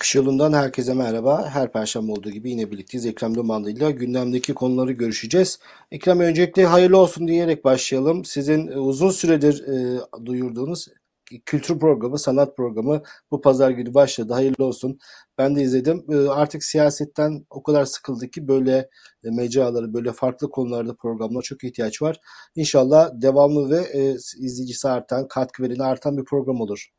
Akış yolundan herkese merhaba. Her perşembe olduğu gibi yine birlikteyiz. Ekrem Dumanlı ile gündemdeki konuları görüşeceğiz. Ekrem, öncelikle hayırlı olsun diyerek başlayalım. Sizin uzun süredir duyurduğunuz kültür programı, sanat programı bu pazar günü başladı. Hayırlı olsun. Ben de izledim. Artık siyasetten o kadar sıkıldık ki böyle mecraları, böyle farklı konularda programlara çok ihtiyaç var. İnşallah devamlı ve izleyicisi artan, katkı vereni artan bir program olur.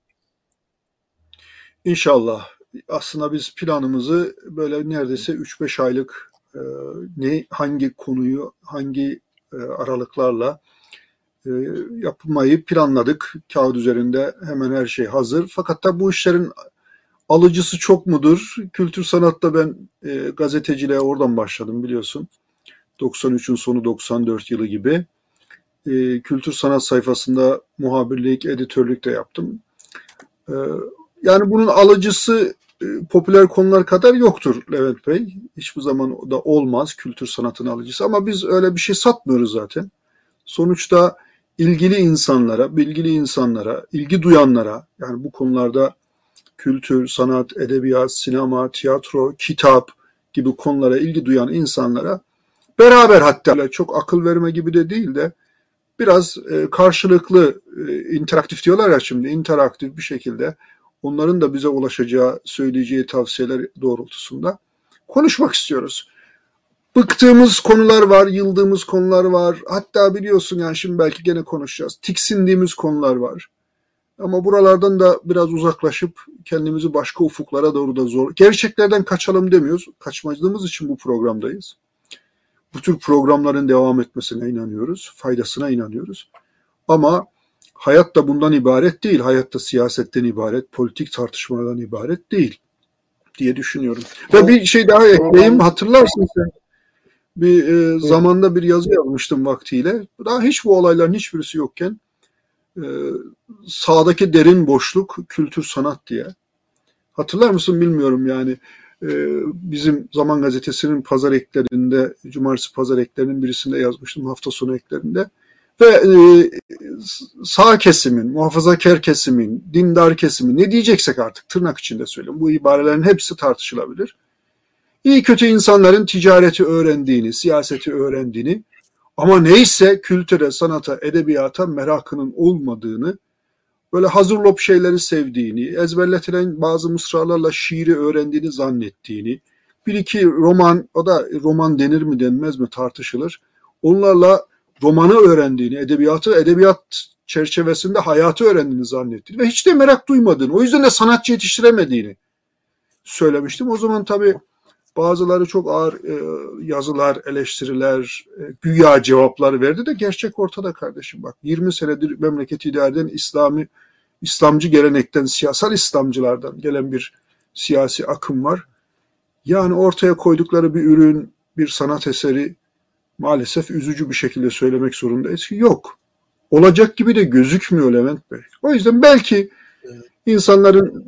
İnşallah. Aslında biz planımızı böyle neredeyse 3-5 aylık hangi konuyu hangi aralıklarla e, yapmayı planladık. Kağıt üzerinde hemen her şey hazır. Fakat da bu işlerin alıcısı çok mudur? Kültür sanatta ben gazeteciliğe oradan başladım biliyorsun. 93'ün sonu 94 yılı gibi. Kültür sanat sayfasında muhabirlik, editörlük de yaptım. E, Yani bunun alıcısı popüler konular kadar yoktur Levent Bey. Hiçbir zaman da olmaz kültür sanatın alıcısı. Ama biz öyle bir şey satmıyoruz zaten. Sonuçta ilgili insanlara, bilgili insanlara, ilgi duyanlara, yani bu konularda kültür, sanat, edebiyat, sinema, tiyatro, kitap gibi konulara ilgi duyan insanlara beraber, hatta çok akıl verme gibi de değil de biraz karşılıklı interaktif diyorlar ya, şimdi interaktif bir şekilde onların da bize ulaşacağı, söyleyeceği tavsiyeler doğrultusunda konuşmak istiyoruz. Bıktığımız konular var, yıldığımız konular var. Hatta biliyorsun, yani şimdi belki gene konuşacağız. Tiksindiğimiz konular var. Ama buralardan da biraz uzaklaşıp kendimizi başka ufuklara doğru da gerçeklerden kaçalım demiyoruz. Kaçmadığımız için bu programdayız. Bu tür programların devam etmesine inanıyoruz, faydasına inanıyoruz. Ama hayat da bundan ibaret değil. Hayat da siyasetten ibaret, politik tartışmalardan ibaret değil diye düşünüyorum. Ve bir şey daha ekleyeyim. Hatırlarsın sen, bir zamanda bir yazı yazmıştım vaktiyle. Daha hiç bu olayların hiçbirisi yokken e, sağdaki derin boşluk, kültür sanat diye. Hatırlar mısın bilmiyorum yani. Bizim Zaman Gazetesi'nin pazar eklerinde, cumartesi pazar eklerinin birisinde yazmıştım, hafta sonu eklerinde. Ve sağ kesimin, muhafazakar kesimin, dindar kesimin, ne diyeceksek artık tırnak içinde söyleyeyim. Bu ibarelerin hepsi tartışılabilir. İyi kötü insanların ticareti öğrendiğini, siyaseti öğrendiğini ama neyse kültüre, sanata, edebiyata merakının olmadığını, böyle hazır lop şeyleri sevdiğini, ezberletilen bazı mısralarla şiiri öğrendiğini zannettiğini, bir iki roman, o da roman denir mi denmez mi tartışılır, onlarla romanı öğrendiğini, edebiyat çerçevesinde hayatı öğrendiğini zannettiğini ve hiç de merak duymadığını, o yüzden de sanatçı yetiştiremediğini söylemiştim. O zaman tabii bazıları çok ağır yazılar, eleştiriler, güya cevaplar verdi de gerçek ortada kardeşim. Bak, 20 senedir memleketi idare eden İslamcı gelenekten, siyasal İslamcılardan gelen bir siyasi akım var. Yani ortaya koydukları bir ürün, bir sanat eseri, maalesef üzücü bir şekilde söylemek zorundayız ki yok. Olacak gibi de gözükmüyor Levent Bey. O yüzden belki insanların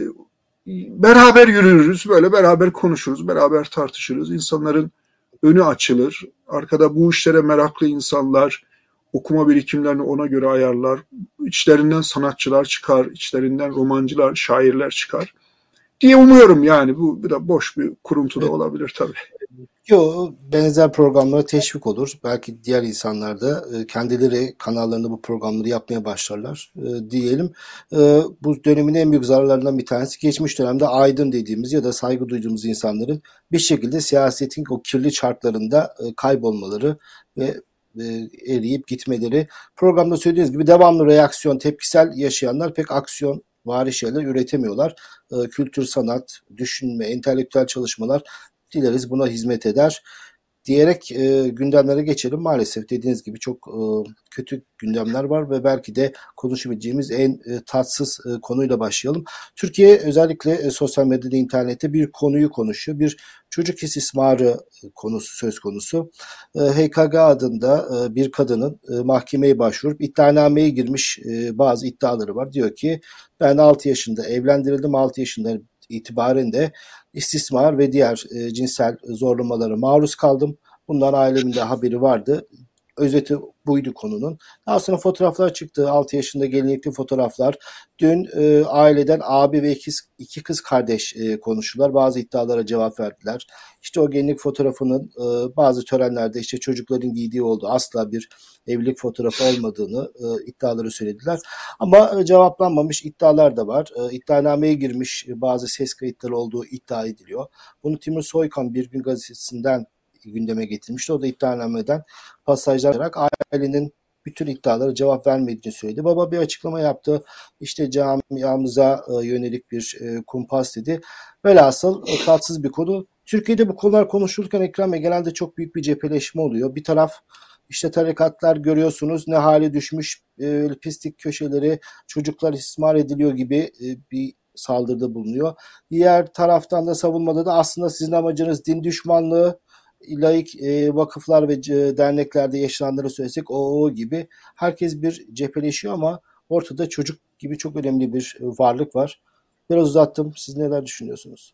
beraber yürürüz, böyle beraber konuşuruz, beraber tartışırız. İnsanların önü açılır. Arkada bu işlere meraklı insanlar okuma birikimlerini ona göre ayarlar. İçlerinden sanatçılar çıkar, içlerinden romancılar, şairler çıkar diye umuyorum yani. Bu da boş bir kuruntu da olabilir tabii. Yo, benzer programlara teşvik olur. Belki diğer insanlar da kendileri kanallarında bu programları yapmaya başlarlar diyelim. Bu dönemin en büyük zararlarından bir tanesi, geçmiş dönemde aydın dediğimiz ya da saygı duyduğumuz insanların bir şekilde siyasetin o kirli çarklarında kaybolmaları ve eriyip gitmeleri. Programda söylediğiniz gibi devamlı reaksiyon, tepkisel yaşayanlar pek aksiyon vari şeyler üretemiyorlar. Kültür, sanat, düşünme, entelektüel çalışmalar dileriz buna hizmet eder diyerek gündemlere geçelim. Maalesef dediğiniz gibi çok kötü gündemler var ve belki de konuşabileceğimiz en tatsız konuyla başlayalım. Türkiye özellikle sosyal medyada, internette bir konuyu konuşuyor. Bir çocuk istismarı konusu söz konusu. HKG adında bir kadının mahkemeye başvurup iddianameye girmiş bazı iddiaları var. Diyor ki ben 6 yaşında evlendirildim, 6 yaşında itibaren de istismar ve diğer cinsel zorlamalara maruz kaldım. Bundan ailemin de haberi vardı. özeti buydu konunun. Daha sonra fotoğraflar çıktı. 6 yaşında gelinlikli fotoğraflar. Dün aileden abi ve iki kız kardeş konuştular. Bazı iddialara cevap verdiler. İşte o gelinlik fotoğrafının bazı törenlerde işte çocukların giydiği oldu. Asla bir evlilik fotoğrafı olmadığını iddiaları söylediler. Ama cevaplanmamış iddialar da var. İddianameye girmiş bazı ses kayıtları olduğu iddia ediliyor. Bunu Timur Soykan Bir Gün gazetesinden gündeme getirmişti. O da iddianameden pasajlar alarak ailenin bütün iddialara cevap vermediğini söyledi. Baba bir açıklama yaptı. İşte camiamıza yönelik bir kumpas dedi. Velhasıl tatsız bir konu. Türkiye'de bu konular konuşulurken Ekrem Bey genelde çok büyük bir cepheleşme oluyor. Bir taraf işte tarikatlar görüyorsunuz ne hale düşmüş, pislik köşeleri, çocuklar istismar ediliyor gibi bir saldırıda bulunuyor. Diğer taraftan da savunmada da aslında sizin amacınız din düşmanlığı, laik vakıflar ve derneklerde yaşananları söylesek o gibi herkes bir cepheleşiyor ama ortada çocuk gibi çok önemli bir varlık var. Biraz uzattım. Siz neler düşünüyorsunuz?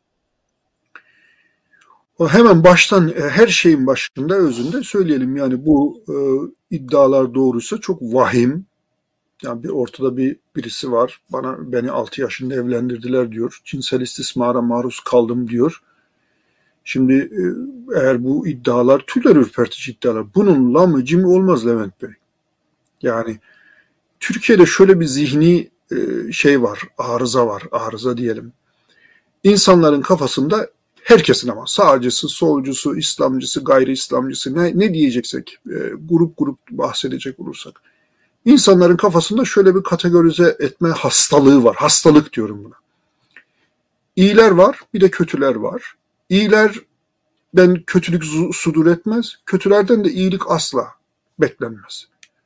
O hemen baştan her şeyin başında özünde söyleyelim yani bu iddialar doğruysa çok vahim. Yani bir ortada birisi var. Beni 6 yaşında evlendirdiler diyor. Cinsel istismara maruz kaldım diyor. Şimdi eğer bu iddialar tüyler ürpertici iddialar. Bunun lamı cimi olmaz Levent Bey. Yani Türkiye'de şöyle bir zihni şey var, arıza var, arıza diyelim. İnsanların kafasında herkesin ama sağcısı, solcusu, İslamcısı, gayri İslamcısı ne diyeceksek, grup bahsedecek olursak. İnsanların kafasında şöyle bir kategorize etme hastalığı var. Hastalık diyorum buna. İyiler var, bir de kötüler var. İyilerden kötülük sudur etmez, kötülerden de iyilik asla beklenmez.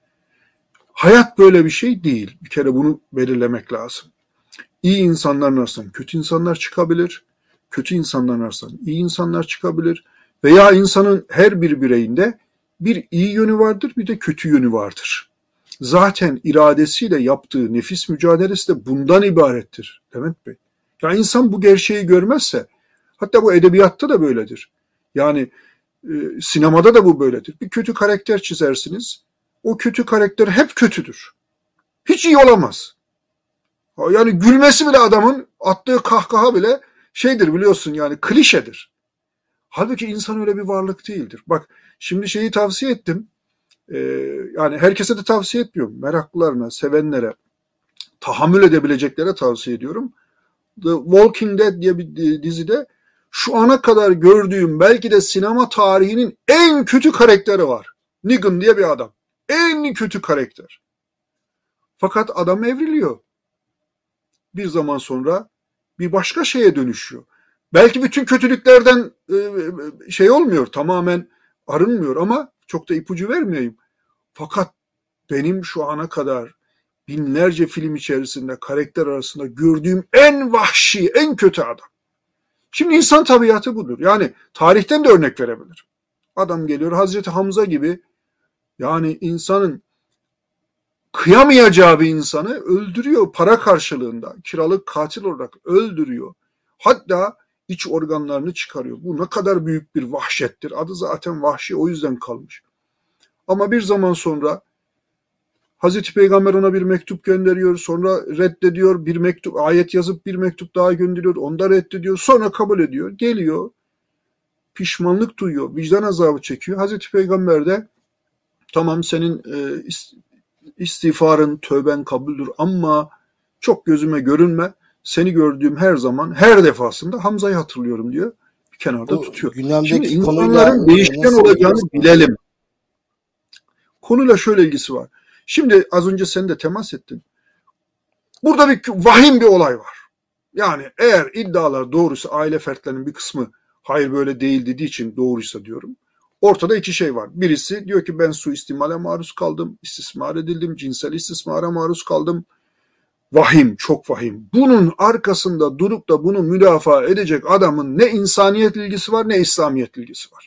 Hayat böyle bir şey değil. Bir kere bunu belirlemek lazım. İyi insanların arasından kötü insanlar çıkabilir. Kötü insanların arasından iyi insanlar çıkabilir. Veya insanın her bir bireyinde bir iyi yönü vardır, bir de kötü yönü vardır. Zaten iradesiyle yaptığı nefis mücadelesi de bundan ibarettir Levent Bey. Ya insan bu gerçeği görmezse, hatta bu edebiyatta da böyledir. Yani sinemada da bu böyledir. Bir kötü karakter çizersiniz, o kötü karakter hep kötüdür. Hiç iyi olamaz. Yani gülmesi bile adamın, attığı kahkaha bile şeydir biliyorsun yani klişedir. Halbuki insan öyle bir varlık değildir. Bak şimdi şeyi tavsiye ettim. Yani herkese de tavsiye etmiyorum. Meraklılarına, sevenlere, tahammül edebileceklere tavsiye ediyorum. The Walking Dead diye bir dizide şu ana kadar gördüğüm belki de sinema tarihinin en kötü karakteri var. Negan diye bir adam. En kötü karakter. Fakat adam evriliyor. Bir zaman sonra bir başka şeye dönüşüyor. Belki bütün kötülüklerden şey olmuyor, tamamen arınmıyor ama çok da ipucu vermeyeyim. Fakat benim şu ana kadar binlerce film içerisinde karakter arasında gördüğüm en vahşi, en kötü adam. Şimdi insan tabiatı budur. Yani tarihten de örnek verebilir. Adam geliyor Hazreti Hamza gibi yani insanın kıyamayacağı bir insanı öldürüyor para karşılığında. Kiralık katil olarak öldürüyor. Hatta iç organlarını çıkarıyor. Bu ne kadar büyük bir vahşettir. Adı zaten vahşi o yüzden kalmış. Ama bir zaman sonra Hazreti Peygamber ona bir mektup gönderiyor. Sonra reddediyor. Bir mektup, ayet yazıp bir mektup daha gönderiyor. Onu da reddediyor. Sonra kabul ediyor. Geliyor. Pişmanlık duyuyor. Vicdan azabı çekiyor. Hazreti Peygamber de tamam senin istiğfarın, tövben kabuldür ama çok gözüme görünme. Seni gördüğüm her zaman, her defasında Hamza'yı hatırlıyorum diyor. Bir kenarda tutuyor. Şimdi insanların değişken olacağını bilelim. Konuyla şöyle ilgisi var. Şimdi az önce sen de temas ettin. Burada bir vahim bir olay var. Yani eğer iddialar doğruysa aile fertlerinin bir kısmı hayır böyle değil dediği için doğruysa diyorum. Ortada iki şey var. Birisi diyor ki ben suistimale maruz kaldım, istismar edildim, cinsel istismara maruz kaldım. Vahim, çok vahim. Bunun arkasında durup da bunu müdafaa edecek adamın ne insaniyet ilgisi var ne İslamiyet ilgisi var.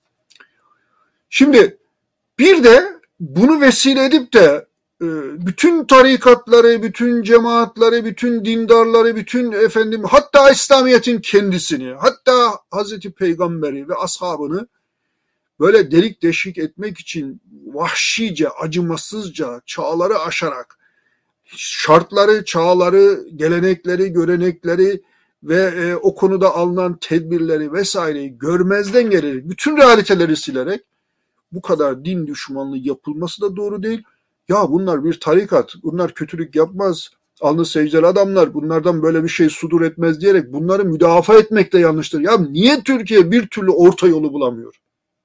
Şimdi bir de bunu vesile edip de bütün tarikatları, bütün cemaatleri, bütün dindarları, bütün hatta İslamiyet'in kendisini, hatta Hazreti Peygamberi ve ashabını böyle delik deşik etmek için vahşice, acımasızca, çağları aşarak, şartları, çağları, gelenekleri, görenekleri ve o konuda alınan tedbirleri vesaireyi görmezden gelerek, bütün realiteleri silerek bu kadar din düşmanlığı yapılması da doğru değil. Ya bunlar bir tarikat, bunlar kötülük yapmaz, alnı secdeli adamlar, bunlardan böyle bir şey sudur etmez diyerek bunları müdafaa etmek de yanlıştır. Ya niye Türkiye bir türlü orta yolu bulamıyor?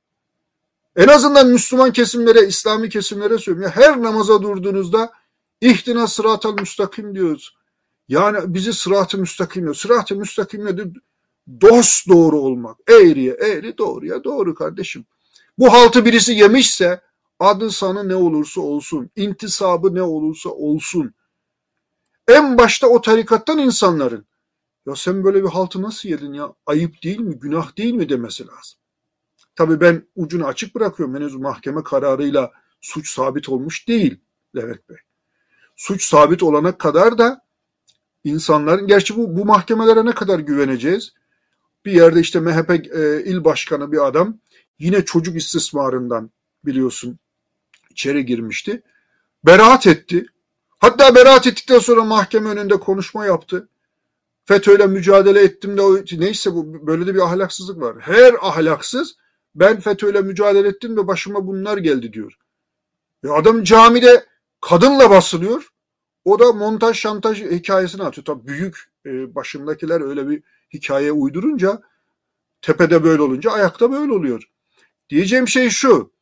En azından Müslüman kesimlere, İslami kesimlere söylüyorum. Ya her namaza durduğunuzda ihtina sıratal müstakim diyoruz. Yani bizi sırat-ı müstakim diyor. Sırat-ı müstakim nedir? Dost doğru olmak. Eğriye eğri, doğruya doğru kardeşim. Bu haltı birisi yemişse adı sanı ne olursa olsun, intisabı ne olursa olsun. En başta o tarikattan insanların ya sen böyle bir haltı nasıl yedin ya? Ayıp değil mi? Günah değil mi demesi lazım. Tabii ben ucunu açık bırakıyorum. Henüz mahkeme kararıyla suç sabit olmuş değil Levent Bey. Suç sabit olana kadar da insanların, gerçi bu mahkemelere ne kadar güveneceğiz? Bir yerde işte MHP il başkanı bir adam yine çocuk istismarından biliyorsun içeri girmişti. Beraat etti. Hatta beraat ettikten sonra mahkeme önünde konuşma yaptı. FETÖ'yle mücadele ettim de neyse bu böyle de bir ahlaksızlık var. Her ahlaksız ben FETÖ'yle mücadele ettim de başıma bunlar geldi diyor. Adam camide kadınla basılıyor. O da montaj şantaj hikayesini atıyor. Tabii büyük başındakiler öyle bir hikaye uydurunca tepede böyle olunca ayakta böyle oluyor. Diyeceğim şey şu.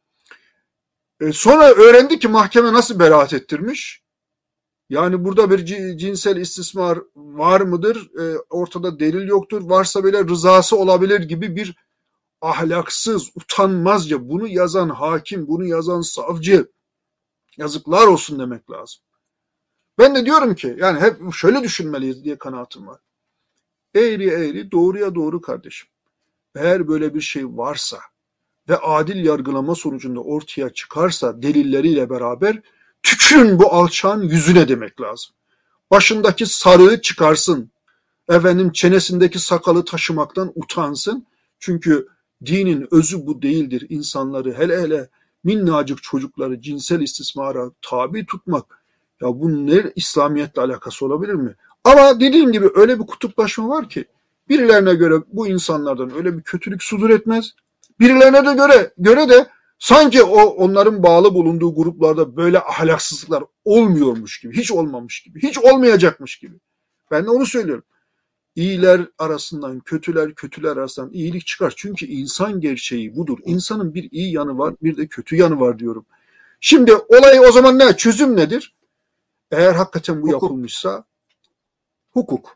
Sonra öğrendi ki mahkeme nasıl beraat ettirmiş. Yani burada bir cinsel istismar var mıdır? Ortada delil yoktur. Varsa bile rızası olabilir gibi bir ahlaksız, utanmazca bunu yazan hakim, bunu yazan savcı yazıklar olsun demek lazım. Ben de diyorum ki yani hep şöyle düşünmeliyiz diye kanaatim var. Eğri eğri, doğruya doğru kardeşim. Eğer böyle bir şey varsa ve adil yargılama sonucunda ortaya çıkarsa delilleriyle beraber tükürün bu alçağın yüzüne demek lazım. Başındaki sarığı çıkarsın. Efendim çenesindeki sakalı taşımaktan utansın. Çünkü dinin özü bu değildir. İnsanları hele hele minnacık çocukları cinsel istismara tabi tutmak. Ya bunun ne İslamiyetle alakası olabilir mi? Ama dediğim gibi öyle bir kutuplaşma var ki birilerine göre bu insanlardan öyle bir kötülük sudur etmez. Birilerine de göre de sanki onların bağlı bulunduğu gruplarda böyle ahlaksızlıklar olmuyormuş gibi, hiç olmamış gibi, hiç olmayacakmış gibi. Ben de onu söylüyorum. İyiler arasından kötüler, kötüler arasından iyilik çıkar. Çünkü insan gerçeği budur. İnsanın bir iyi yanı var, bir de kötü yanı var diyorum. Şimdi olay o zaman ne? Çözüm nedir? Eğer hakikaten bu yapılmışsa hukuk.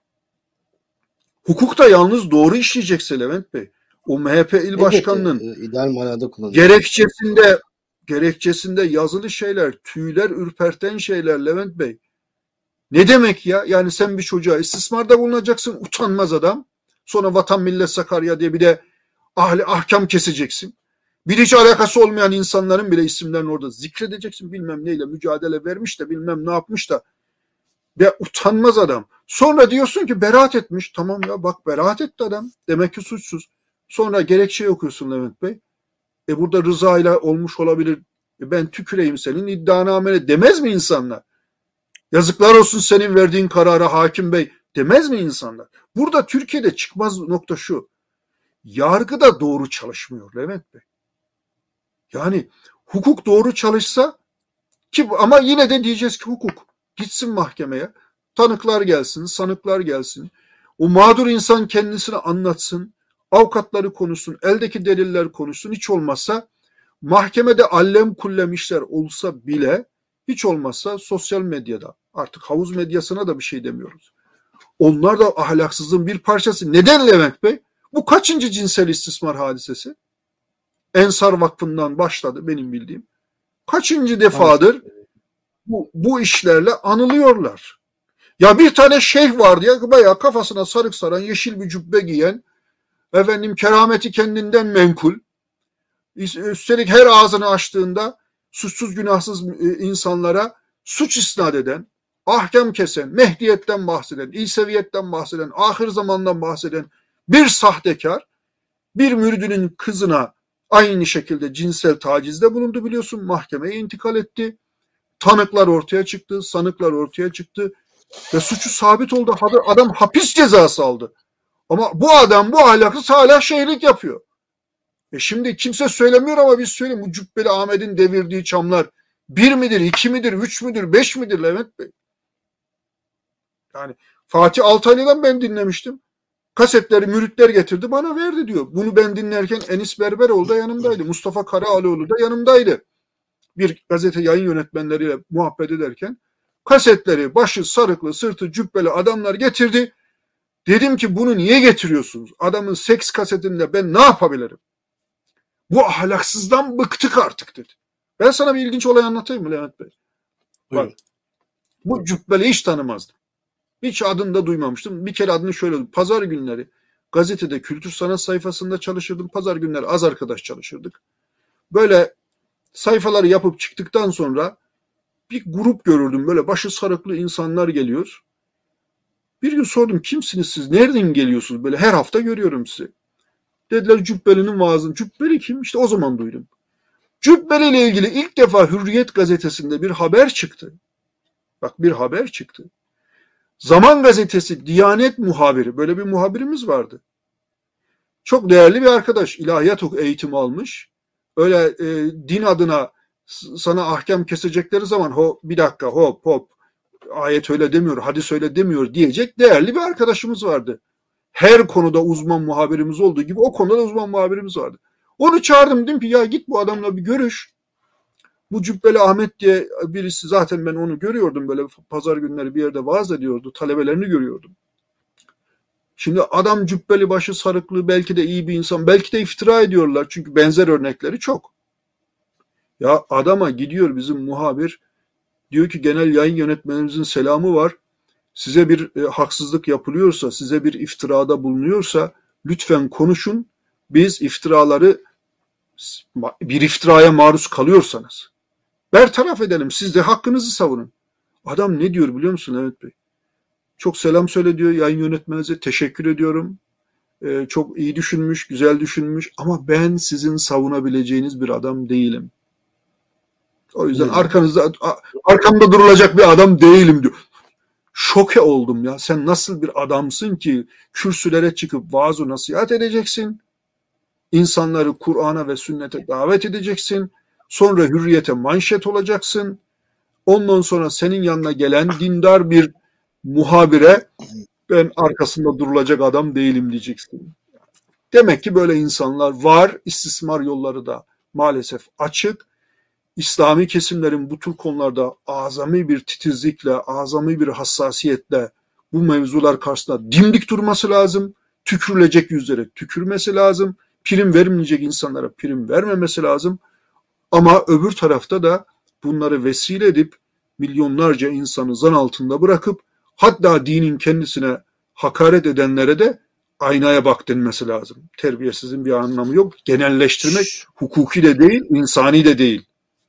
Hukuk da yalnız doğru işleyecekse Levent Bey. O MHP il başkanının ideal manada kullanılıyor. Gerekçesinde yazılı şeyler, tüyler ürperten şeyler Levent Bey. Ne demek ya? Yani sen bir çocuğa istismarda bulunacaksın, utanmaz adam. Sonra Vatan Millet Sakarya diye bir de ahkam keseceksin. Bir hiç alakası olmayan insanların bile isimlerini orada zikredeceksin. Bilmem neyle mücadele vermiş de bilmem ne yapmış da. Ve utanmaz adam. Sonra diyorsun ki beraat etmiş. Tamam ya bak beraat etti adam. Demek ki suçsuz. Sonra gerekçeyi okuyorsun Levent Bey. Burada rıza ile olmuş olabilir. Ben tüküreyim senin iddianamene demez mi insanlar? Yazıklar olsun senin verdiğin karara hakim bey demez mi insanlar? Burada Türkiye'de çıkmaz nokta şu. Yargı da doğru çalışmıyor Levent Bey. Yani hukuk doğru çalışsa ki ama yine de diyeceğiz ki hukuk gitsin mahkemeye. Tanıklar gelsin, sanıklar gelsin. O mağdur insan kendisini anlatsın. Avukatları konuşsun, eldeki deliller konuşsun. Hiç olmazsa mahkemede allem kullem işler olsa bile hiç olmazsa sosyal medyada artık havuz medyasına da bir şey demiyoruz. Onlar da ahlaksızlığın bir parçası. Neden Levent Bey? Bu kaçıncı cinsel istismar hadisesi? Ensar Vakfı'ndan başladı benim bildiğim. Kaçıncı defadır bu işlerle anılıyorlar. Ya bir tane şeyh vardı ya bayağı kafasına sarık saran yeşil bir cübbe giyen efendim kerameti kendinden menkul. Üstelik her ağzını açtığında suçsuz günahsız insanlara suç isnat eden, ahkam kesen, Mehdiyet'ten bahseden, İseviyetten bahseden, ahir zamandan bahseden bir sahtekar bir müridinin kızına Aynı şekilde cinsel tacizde bulundu biliyorsun. Mahkemeye intikal etti. Tanıklar ortaya çıktı, sanıklar ortaya çıktı ve suçu sabit oldu. Adam hapis cezası aldı. Ama bu adam, bu ahlaksız hala şehirlik yapıyor. Şimdi kimse söylemiyor ama biz söyleyeyim. Bu Cübbeli Ahmet'in devirdiği çamlar 1 midir, 2 midir, 3 müdür, 5 midir Levent Bey? Yani Fatih Altaylı'dan ben dinlemiştim. Kasetleri müritler getirdi bana verdi diyor. Bunu ben dinlerken Enis Berberoğlu da yanımdaydı. Mustafa Karaaloğlu da yanımdaydı. Bir gazete yayın yönetmenleriyle muhabbet ederken kasetleri başı sarıklı sırtı cübbeli adamlar getirdi. Dedim ki bunu niye getiriyorsunuz? Adamın seks kasetinde ben ne yapabilirim? Bu ahlaksızdan bıktık artık dedi. Ben sana bir ilginç olay anlatayım mı Levent Bey? Bak, bu cübbeli hiç tanımazdım. Hiç adını da duymamıştım. Bir kere adını şöyle, pazar günleri gazetede kültür sanat sayfasında çalışırdım. Pazar günleri az arkadaş çalışırdık. Böyle sayfaları yapıp çıktıktan sonra bir grup görürdüm. Böyle başı sarıklı insanlar geliyor. Bir gün sordum, kimsiniz siz? Nereden geliyorsunuz? Böyle her hafta görüyorum sizi. Dediler Cübbeli'nin vaazını. Cübbeli kim? İşte o zaman duydum. Cübbeli ile ilgili ilk defa Hürriyet gazetesinde bir haber çıktı. Bak, bir haber çıktı. Zaman gazetesi Diyanet muhabiri, böyle bir muhabirimiz vardı. Çok değerli bir arkadaş, ilahiyat eğitimi almış. Öyle din adına sana ahkam kesecekleri zaman bir dakika hop ayet öyle demiyor, hadis öyle demiyor diyecek değerli bir arkadaşımız vardı. Her konuda uzman muhabirimiz olduğu gibi o konuda da uzman muhabirimiz vardı. Onu çağırdım, dedim ki ya git bu adamla bir görüş. Bu Cübbeli Ahmet diye birisi, zaten ben onu görüyordum, böyle pazar günleri bir yerde vaaz ediyordu, talebelerini görüyordum. Şimdi adam cübbeli başı sarıklı, belki de iyi bir insan, belki de iftira ediyorlar çünkü benzer örnekleri çok. Ya adama gidiyor bizim muhabir, diyor ki genel yayın yönetmenimizin selamı var. Size bir haksızlık yapılıyorsa, size bir iftirada bulunuyorsa lütfen konuşun. Biz bir iftiraya maruz kalıyorsanız bertaraf edelim. Siz de hakkınızı savunun. Adam ne diyor biliyor musun Levent Bey? Çok selam söyle diyor yayın yönetmeninize, teşekkür ediyorum. Çok iyi düşünmüş, güzel düşünmüş ama ben sizin savunabileceğiniz bir adam değilim. O yüzden arkamda durulacak bir adam değilim diyor. Şoke oldum ya. Sen nasıl bir adamsın ki kürsülere çıkıp vaaz-ı nasihat edeceksin. İnsanları Kur'an'a ve sünnete davet edeceksin. Sonra Hürriyete manşet olacaksın. Ondan sonra senin yanına gelen dindar bir muhabire ben arkasında durulacak adam değilim diyeceksin. Demek ki böyle insanlar var. İstismar yolları da maalesef açık. İslami kesimlerin bu tür konularda azami bir titizlikle, azami bir hassasiyetle bu mevzular karşısında dimdik durması lazım. Tükürülecek yüzlere tükürmesi lazım. Prim vermeyecek insanlara prim vermemesi lazım. Ama öbür tarafta da bunları vesile edip milyonlarca insanı zan altında bırakıp hatta dinin kendisine hakaret edenlere de aynaya bak denmesi lazım. Terbiyesizin bir anlamı yok. Genelleştirmek hukuki de değil, insani de değil.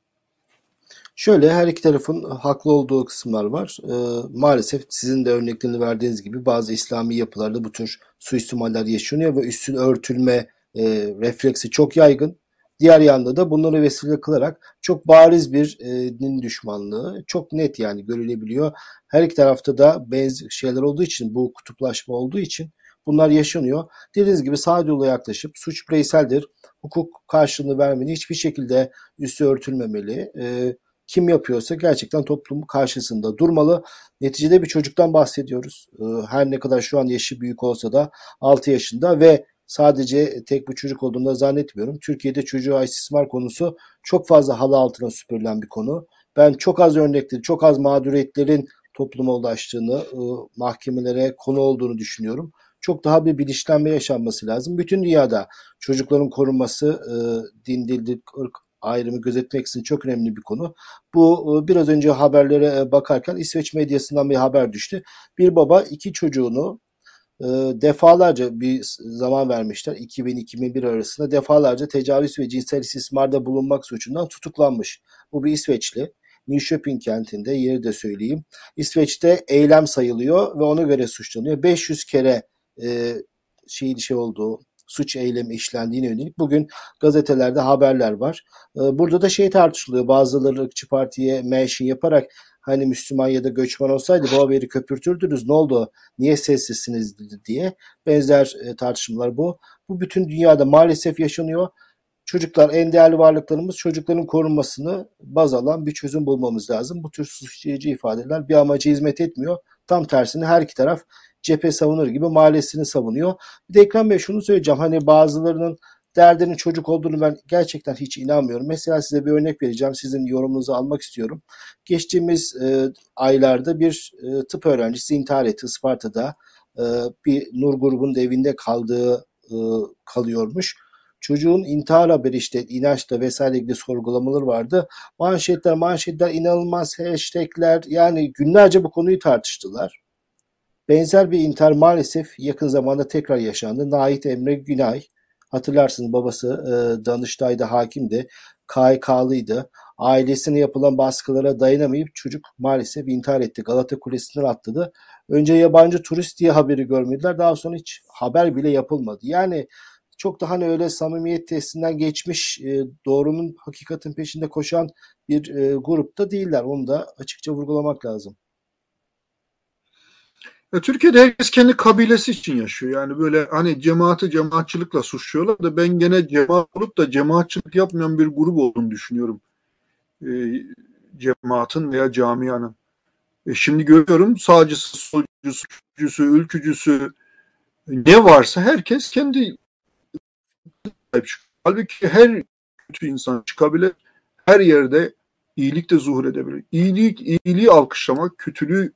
Şöyle, her iki tarafın haklı olduğu kısımlar var. Maalesef sizin de örneklerini verdiğiniz gibi bazı İslami yapılarda bu tür suistimaller yaşanıyor ve üstün örtülme refleksi çok yaygın. Diğer yanda da bunları vesile kılarak çok bariz bir din düşmanlığı çok net yani görülebiliyor. Her iki tarafta da benzer şeyler olduğu için, bu kutuplaşma olduğu için bunlar yaşanıyor. Dediğiniz gibi sağduyulu yaklaşıp suç bireyseldir, hukuk karşılığını vermeli, hiçbir şekilde üstü örtülmemeli. Kim yapıyorsa gerçekten toplum karşısında durmalı. Neticede bir çocuktan bahsediyoruz. Her ne kadar şu an yaşı büyük olsa da 6 yaşında ve sadece tek bir çocuk olduğunu da zannetmiyorum. Türkiye'de çocuğa istismar konusu çok fazla halı altına süpürülen bir konu. Ben çok az örnekleri, çok az mağduriyetlerin topluma ulaştığını, mahkemelere konu olduğunu düşünüyorum. Çok daha bir bilinçlenme yaşanması lazım. Bütün dünyada çocukların korunması, din, dil, ırk ayrımı gözetmek için çok önemli bir konu. Bu biraz önce haberlere bakarken İsveç medyasından bir haber düştü. Bir baba iki çocuğunu defalarca bir zaman vermişler. 2000-2001 arasında defalarca tecavüz ve cinsel istismarda bulunmak suçundan tutuklanmış. Bu bir İsveçli. Nyköping kentinde, yeri de söyleyeyim. İsveç'te eylem sayılıyor ve ona göre suçlanıyor. 500 kere olduğu, suç eylemi işlendiğine yönelik bugün gazetelerde haberler var. Burada da şey tartışılıyor. Bazıları ırkçı partiye mention yaparak hani Müslüman ya da göçmen olsaydı bu haberi köpürtürdünüz. Ne oldu? Niye sessizsiniz diye benzer tartışmalar bu. Bu bütün dünyada maalesef yaşanıyor. Çocuklar en değerli varlıklarımız, çocukların korunmasını baz alan bir çözüm bulmamız lazım. Bu tür suçlayıcı ifadeler bir amaca hizmet etmiyor. Tam tersine her iki taraf cephe savunur gibi mahallesini savunuyor. Bir de Ekrem Bey şunu söyleyeceğim. Hani bazılarının derdinin çocuk olduğunu ben gerçekten hiç inanmıyorum. Mesela size bir örnek vereceğim. Sizin yorumunuzu almak istiyorum. Geçtiğimiz aylarda bir tıp öğrencisi intihar etti Isparta'da. Bir Nur grubunun evinde kalıyormuş. Çocuğun intihar haberi işte inançla vesaire ilgili sorgulamaları vardı. Manşetler inanılmaz hashtagler yani günlerce bu konuyu tartıştılar. Benzer bir intihar maalesef yakın zamanda tekrar yaşandı. Nait Emre Günay, hatırlarsınız babası Danıştay'da hakimdi, KHK'lıydı. Ailesine yapılan baskılara dayanamayıp çocuk maalesef intihar etti. Galata Kulesi'nden atladı. Önce yabancı turist diye haberi görmediler. Daha sonra hiç haber bile yapılmadı. Yani çok da hani öyle samimiyet testinden geçmiş, doğrunun, hakikatin peşinde koşan bir grupta değiller. Onu da açıkça vurgulamak lazım. Türkiye'de herkes kendi kabilesi için yaşıyor. Yani böyle hani cemaatçılıkla suçluyorlar da ben gene cemaat olup da cemaatçılık yapmayan bir grup olduğunu düşünüyorum. Cemaatin veya camianın. Şimdi görüyorum sağcısı, solcusu, ülkücüsü ne varsa herkes kendi sahip çıkıyor. Halbuki her kötü insan çıkabilir. Her yerde iyilik de zuhur edebilir. İyiliği alkışlamak, kötülüğü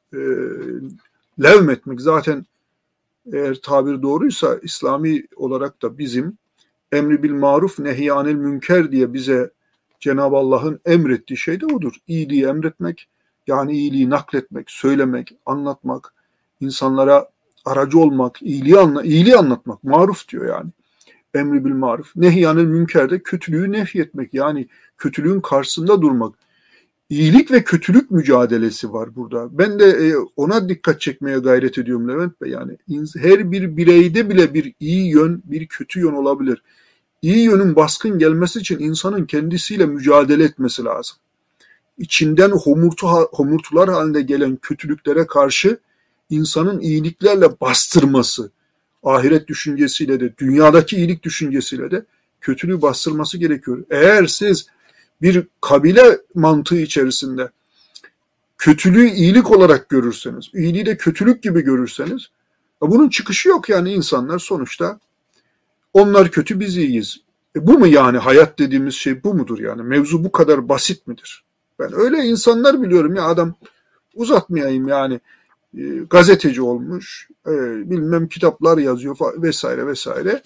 levmetmek zaten eğer tabir doğruysa İslami olarak da bizim emri bil maruf nehyanil münker diye bize Cenab-ı Allah'ın emrettiği şey de odur. İyiliği emretmek, yani iyiliği nakletmek, söylemek, anlatmak, insanlara aracı olmak, iyiliği anlatmak, maruf diyor yani. Emri bil maruf. Nehyanil münker de kötülüğü nehyetmek, yani kötülüğün karşısında durmak. İyilik ve kötülük mücadelesi var burada. Ben de ona dikkat çekmeye gayret ediyorum Levent Bey. Yani her bir bireyde bile bir iyi yön, bir kötü yön olabilir. İyi yönün baskın gelmesi için insanın kendisiyle mücadele etmesi lazım. İçinden homurtular halinde gelen kötülüklere karşı insanın iyiliklerle bastırması, ahiret düşüncesiyle de, dünyadaki iyilik düşüncesiyle de kötülüğü bastırması gerekiyor. Eğer siz bir kabile mantığı içerisinde kötülüğü iyilik olarak görürseniz, iyiliği de kötülük gibi görürseniz, bunun çıkışı yok yani insanlar sonuçta onlar kötü biz iyiyiz. Bu mu yani hayat dediğimiz şey bu mudur yani? Mevzu bu kadar basit midir? Ben öyle insanlar biliyorum ya adam uzatmayayım yani gazeteci olmuş, bilmem kitaplar yazıyor vesaire vesaire.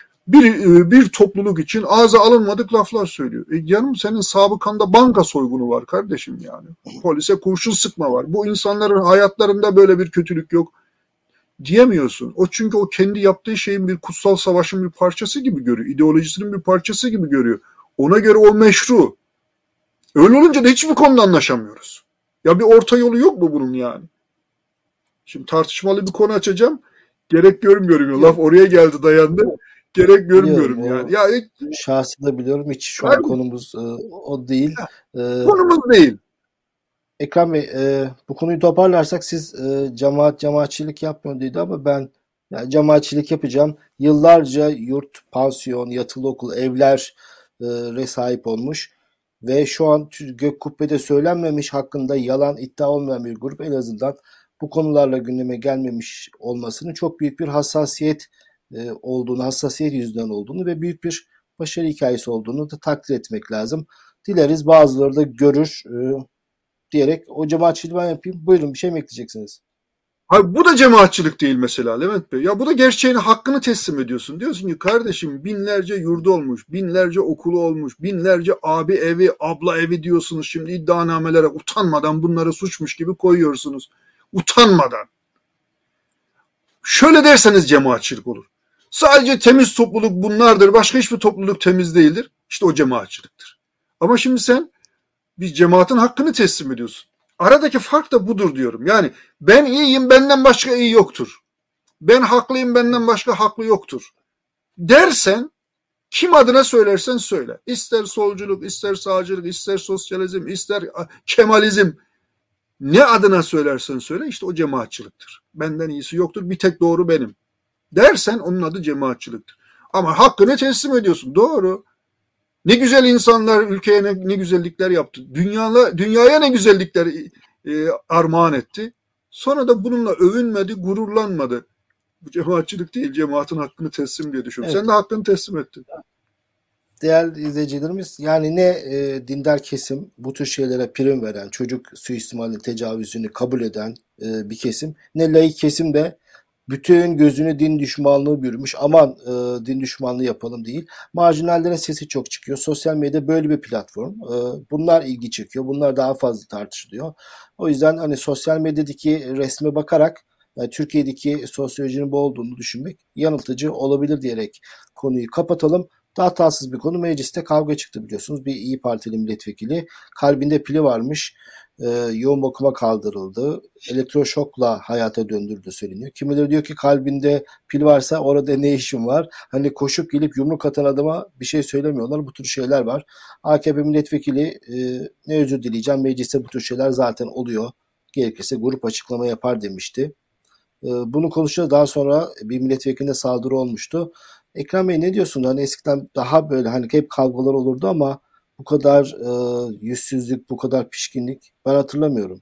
Bir topluluk için ağza alınmadık laflar söylüyor. Canım senin sabıkanda banka soygunu var kardeşim yani. Polise kurşun sıkma var. Bu insanların hayatlarında böyle bir kötülük yok diyemiyorsun. Çünkü o kendi yaptığı şeyin bir kutsal savaşın bir parçası gibi görüyor. İdeolojisinin bir parçası gibi görüyor. Ona göre o meşru. Öyle olunca da hiçbir konuda anlaşamıyoruz. Ya bir orta yolu yok mu bunun yani? Şimdi tartışmalı bir konu açacağım. Gerek görmüyorum ya. Laf oraya geldi dayandı. Gerek görmüyorum yani. Ya şahsında biliyorum hiç şu an konumuz o değil. Konumuz değil. Ekrem Bey bu konuyu toparlarsak siz cemaatçilik yapmıyorduydu ama ben yani cemaatçilik yapacağım. Yıllarca yurt, pansiyon, yatılı okul, evlere sahip olmuş ve şu an Gökkubbe'de söylenmemiş hakkında yalan iddia olmayan bir grup en azından bu konularla gündeme gelmemiş olmasının çok büyük bir hassasiyet hassasiyet yüzünden olduğunu ve büyük bir başarı hikayesi olduğunu da takdir etmek lazım. Dileriz bazıları da görür diyerek o cemaatçiliği ben yapayım. Buyurun bir şey mi ekleyeceksiniz? Abi bu da cemaatçilik değil mesela Levent Bey. Ya bu da gerçeğin hakkını teslim ediyorsun. Diyorsun ki kardeşim binlerce yurdu olmuş, binlerce okulu olmuş, binlerce abi evi, abla evi diyorsunuz. Şimdi iddianamelere utanmadan bunları suçmuş gibi koyuyorsunuz. Utanmadan. Şöyle derseniz cemaatçilik olur. Sadece temiz topluluk bunlardır. Başka hiçbir topluluk temiz değildir. İşte o cemaatçiliktir. Ama şimdi sen bir cemaatin hakkını teslim ediyorsun. Aradaki fark da budur diyorum. Yani ben iyiyim, benden başka iyi yoktur. Ben haklıyım, benden başka haklı yoktur. dersen, kim adına söylersen söyle. İster solculuk, ister sağcılık, ister sosyalizm, ister Kemalizm, ne adına söylersen söyle, işte o cemaatçılıktır. Benden iyisi yoktur, bir tek doğru benim dersen onun adı cemaatçılıktır. Ama hakkını teslim ediyorsun. Doğru. Ne güzel insanlar ülkeye ne güzellikler yaptı. Dünyaya ne güzellikler armağan etti. Sonra da bununla övünmedi, gururlanmadı. Bu cemaatçılık değil, cemaatin hakkını teslim diye düşünüyorum. Evet. Sen de hakkını teslim ettin. Değerli izleyicilerimiz, yani ne dindar kesim bu tür şeylere prim veren, çocuk suistimalini, tecavüzünü kabul eden bir kesim, ne laik kesim de bütün gözünü din düşmanlığı bürümüş. Aman din düşmanlığı yapalım değil. Marjinallerin sesi çok çıkıyor. Sosyal medya böyle bir platform. Bunlar ilgi çekiyor. Bunlar daha fazla tartışılıyor. O yüzden hani sosyal medyadaki resme bakarak Türkiye'deki sosyolojinin bu olduğunu düşünmek yanıltıcı olabilir diyerek konuyu kapatalım. Daha tatsız bir konu. Mecliste kavga çıktı biliyorsunuz. Bir İyi Partili milletvekili kalbinde pili varmış. Yoğun bakıma kaldırıldı. Elektroşokla hayata döndürdü söyleniyor. Kimileri diyor ki kalbinde pil varsa orada ne işin var? Hani koşup gelip yumruk atan adama bir şey söylemiyorlar. Bu tür şeyler var. AKP milletvekili ne özür dileyeceğim. Mecliste bu tür şeyler zaten oluyor. Gerekirse grup açıklama yapar demişti. Bunu konuşacağız. Daha sonra bir milletvekiline saldırı olmuştu. Ekrem Bey ne diyorsun? Hani eskiden daha böyle hani hep kavgalar olurdu ama bu kadar yüzsüzlük, bu kadar pişkinlik ben hatırlamıyorum.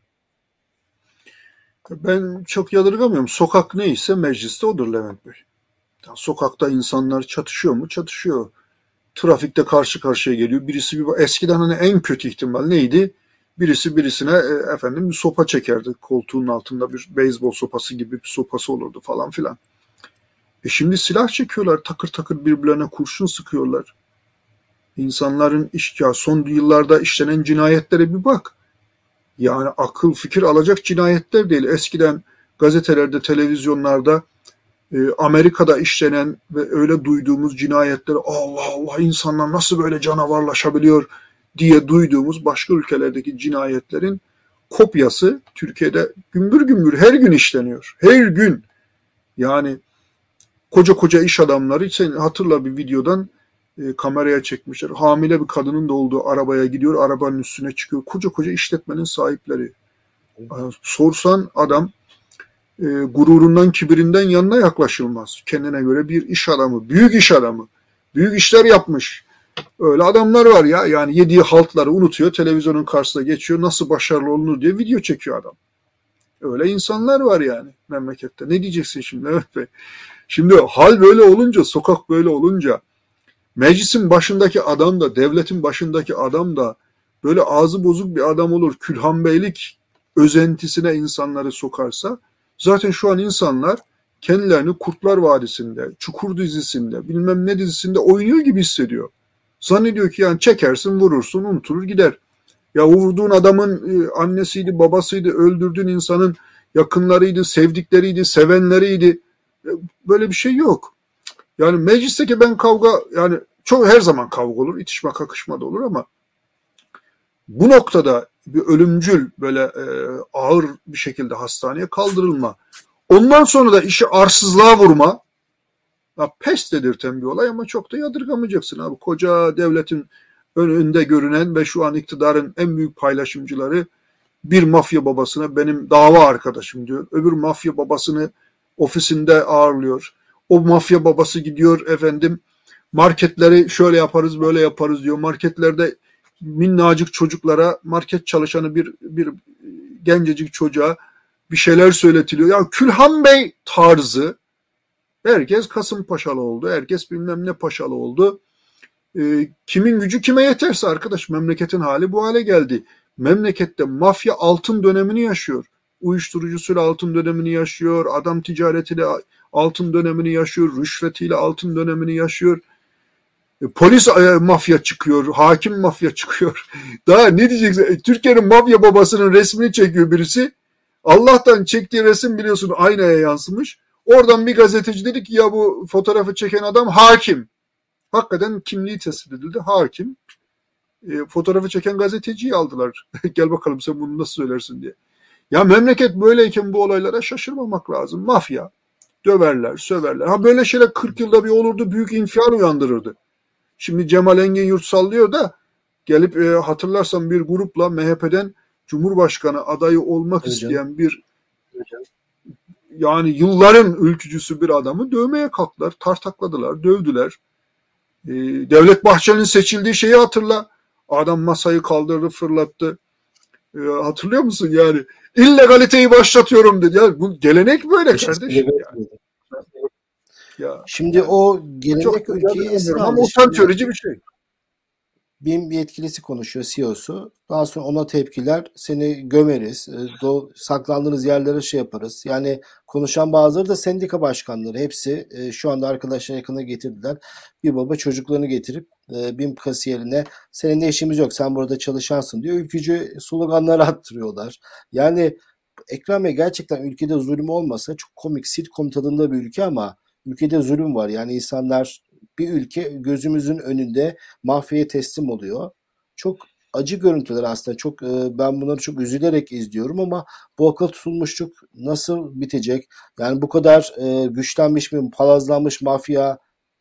Ben çok yadırgamıyorum. Sokak neyse mecliste odur Levent Bey. Ya sokakta insanlar çatışıyor mu? Çatışıyor. Trafikte karşı karşıya geliyor. Birisi eskiden hani en kötü ihtimal neydi? Birisi birisine efendim bir sopa çekerdi. Koltuğun altında bir beyzbol sopası gibi bir sopası olurdu falan filan. Şimdi silah çekiyorlar. Takır takır birbirlerine kurşun sıkıyorlar. İnsanların ya son yıllarda işlenen cinayetlere bir bak. Yani akıl fikir alacak cinayetler değil. Eskiden gazetelerde, televizyonlarda Amerika'da işlenen ve öyle duyduğumuz cinayetleri Allah Allah insanlar nasıl böyle canavarlaşabiliyor diye duyduğumuz başka ülkelerdeki cinayetlerin kopyası Türkiye'de gümbür gümbür her gün işleniyor. Her gün. Yani koca koca iş adamları, sen hatırla bir videodan kameraya çekmişler. Hamile bir kadının da olduğu arabaya gidiyor, arabanın üstüne çıkıyor. Koca koca işletmenin sahipleri. Sorsan adam gururundan, kibirinden yanına yaklaşılmaz. Kendine göre bir iş adamı, büyük iş adamı. Büyük işler yapmış. Öyle adamlar var ya, yani yediği haltları unutuyor, televizyonun karşısına geçiyor, nasıl başarılı olunur diye video çekiyor adam. Öyle insanlar var yani memlekette. Ne diyeceksin şimdi Mehmet Bey? Şimdi hal böyle olunca, sokak böyle olunca, meclisin başındaki adam da, devletin başındaki adam da böyle ağzı bozuk bir adam olur, Külhan Beylik özentisine insanları sokarsa, zaten şu an insanlar kendilerini Kurtlar Vadisi'nde, Çukur dizisinde, bilmem ne dizisinde oynuyor gibi hissediyor. Zannediyor ki yani çekersin, vurursun, unutulur gider. Ya vurduğun adamın annesiydi, babasıydı, öldürdüğün insanın yakınlarıydı, sevdikleriydi, sevenleriydi. Böyle bir şey yok. Yani meclisteki ben kavga, yani çok her zaman kavga olur, itişme kakışma da olur ama bu noktada bir ölümcül böyle ağır bir şekilde hastaneye kaldırılma. Ondan sonra da işi arsızlığa vurma. Ya pes dedirten bir olay ama çok da yadırgamayacaksın abi. Koca devletin önünde görünen ve şu an iktidarın en büyük paylaşımcıları bir mafya babasına benim dava arkadaşım diyor. Öbür mafya babasını ofisinde ağırlıyor. O mafya babası gidiyor efendim marketleri şöyle yaparız böyle yaparız diyor. Marketlerde minnacık çocuklara, market çalışanı bir gencecik çocuğa bir şeyler söyletiliyor. Ya Külhan Bey tarzı, herkes Kasımpaşalı oldu. Herkes bilmem ne paşalı oldu. Kimin gücü kime yeterse arkadaş, memleketin hali bu hale geldi. Memlekette mafya altın dönemini yaşıyor. Uyuşturucusuyla altın dönemini yaşıyor. Adam ticaretiyle altın dönemini yaşıyor. Rüşvetiyle altın dönemini yaşıyor. Polis mafya çıkıyor. Hakim mafya çıkıyor. Daha ne diyeceksin? Türkiye'nin mafya babasının resmini çekiyor birisi. Allah'tan çektiği resim biliyorsun aynaya yansımış. Oradan bir gazeteci dedi ki ya bu fotoğrafı çeken adam hakim. Hakikaten kimliği tespit edildi. Hakim. Fotoğrafı çeken gazeteciyi aldılar. Gel bakalım sen bunu nasıl söylersin diye. Ya memleket böyleyken bu olaylara şaşırmamak lazım. Mafya. Döverler, söverler. Ha böyle şeyler 40 yılda bir olurdu, büyük infial uyandırırdı. Şimdi Cemal Engin Yurt sallıyor da gelip hatırlarsan bir grupla MHP'den Cumhurbaşkanı adayı olmak Tabii canım. isteyen bir yani yılların ülkücüsü bir adamı dövmeye kalktılar, tartakladılar, dövdüler. Devlet Bahçeli'nin seçildiği şeyi hatırla. Adam masayı kaldırdı, fırlattı. Hatırlıyor musun yani? İllegaliteyi başlatıyorum dedi. Ya bu gelenek böyle kardeşim yani. Ya Şimdi yani o çok gelenek da ülkeyi esir yadırgamıyorum ama aldı. Şimdi utanç bir şey. BİM yetkilisi konuşuyor, CEO'su. Daha sonra ona tepkiler, seni gömeriz, saklandığınız yerlere şey yaparız. Yani konuşan bazıları da sendika başkanları. Hepsi şu anda arkadaşlar yakına getirdiler. Bir baba çocuklarını getirip BİM kasiyerine senin de işimiz yok, sen burada çalışansın diyor. Ülkücü sloganları attırıyorlar. Yani Ekrem Bey, gerçekten ülkede zulüm olmasa, çok komik sitcom tadında bir ülke ama ülkede zulüm var. Yani insanlar, bir ülke gözümüzün önünde mafyaya teslim oluyor. Çok acı görüntüler aslında. Çok ben bunları çok üzülerek izliyorum ama bu akıl tutulmuşluk nasıl bitecek? Yani bu kadar güçlenmiş mi, palazlanmış mafya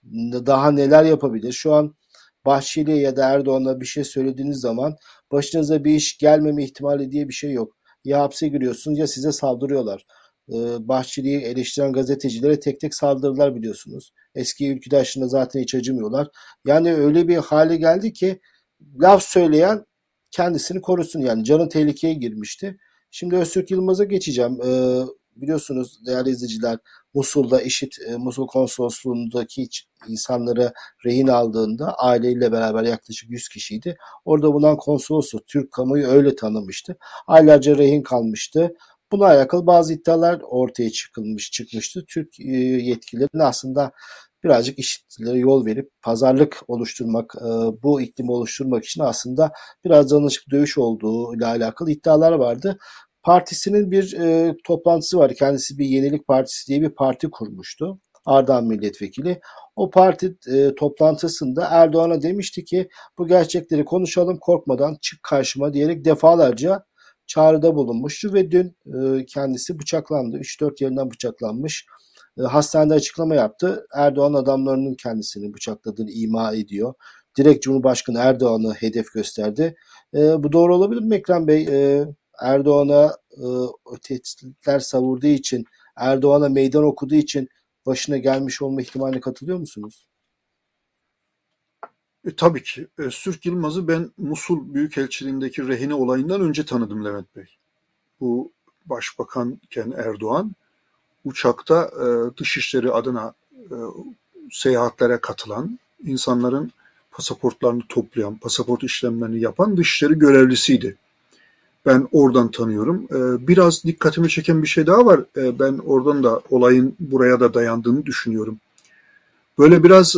daha neler yapabilir? Şu an Bahçeli'ye ya da Erdoğan'a bir şey söylediğiniz zaman başınıza bir iş gelmeme ihtimali diye bir şey yok. Ya hapse giriyorsunuz ya size saldırıyorlar. Bahçeli'yi eleştiren gazetecilere tek tek saldırdılar, biliyorsunuz. Eski ülküdaşlarına zaten hiç acımıyorlar. Yani öyle bir hale geldi ki laf söyleyen kendisini korusun. Yani canı tehlikeye girmişti. Şimdi Öztürk Yılmaz'a geçeceğim. Biliyorsunuz değerli izleyiciler, Musul'da Musul konsolosluğundaki insanları rehin aldığında aileyle beraber yaklaşık 100 kişiydi. Orada bulunan konsolosluk Türk kamuoyu öyle tanımıştı. Aylarca rehin kalmıştı. Buna alakalı bazı iddialar ortaya çıkmıştı. Türk yetkililerinin aslında birazcık işçilere yol verip pazarlık oluşturmak, bu iklimi oluşturmak için aslında biraz danışık dövüş olduğu ile alakalı iddialar vardı. Partisinin bir toplantısı var. Kendisi bir Yenilik Partisi diye bir parti kurmuştu. Ardahan milletvekili. O parti toplantısında Erdoğan'a demişti ki bu gerçekleri konuşalım, korkmadan çık karşıma diyerek defalarca çağrıda bulunmuştu ve dün kendisi bıçaklandı. 3-4 yerinden bıçaklanmış. Hastanede açıklama yaptı. Erdoğan adamlarının kendisini bıçakladığını ima ediyor. Direkt Cumhurbaşkanı Erdoğan'ı hedef gösterdi. Bu doğru olabilir mi Ekrem Bey? Erdoğan'a tehditler savurduğu için, Erdoğan'a meydan okuduğu için başına gelmiş olma ihtimaline katılıyor musunuz? Tabii ki. Öztürk Yılmaz'ı ben Musul Büyükelçiliğindeki rehine olayından önce tanıdım Levent Bey. Bu başbakanken Erdoğan uçakta dışişleri adına seyahatlere katılan, insanların pasaportlarını toplayan, pasaport işlemlerini yapan dışişleri görevlisiydi. Ben oradan tanıyorum. Biraz dikkatimi çeken bir şey daha var. Ben oradan da olayın buraya da dayandığını düşünüyorum. Böyle biraz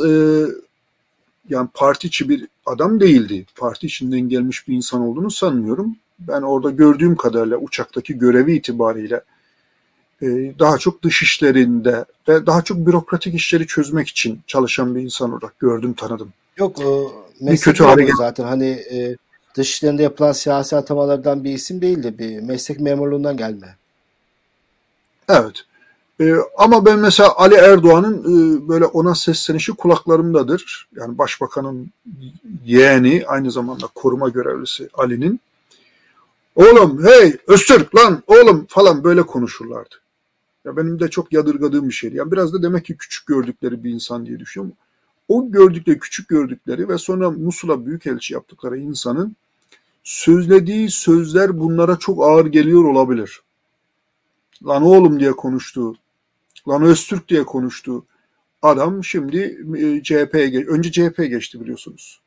yani parti içi bir adam değildi. Parti içinden gelmiş bir insan olduğunu sanmıyorum. Ben orada gördüğüm kadarıyla uçaktaki görevi itibariyle daha çok dış işlerinde ve daha çok bürokratik işleri çözmek için çalışan bir insan olarak gördüm, tanıdım. Yok, Bir meslek kötü memuru hareket. zaten. Hani dışişlerinde yapılan siyasi atamalardan bir isim değildi. Bir meslek memurluğundan gelme. Evet. Ama ben mesela Ali Erdoğan'ın böyle ona seslenişi kulaklarımdadır. Yani başbakanın yeğeni, aynı zamanda koruma görevlisi Ali'nin. Oğlum, hey Öztürk lan oğlum falan böyle konuşurlardı. Ya benim de çok yadırgadığım bir şeydi. Yani biraz da demek ki küçük gördükleri bir insan diye düşünüyorum. O gördükleri, küçük gördükleri ve sonra Musul'a büyükelçi yaptıkları insanın söylediği sözler bunlara çok ağır geliyor olabilir. Lan oğlum diye konuştu, lan Öztürk diye konuştu. Adam şimdi önce CHP'ye geçti biliyorsunuz.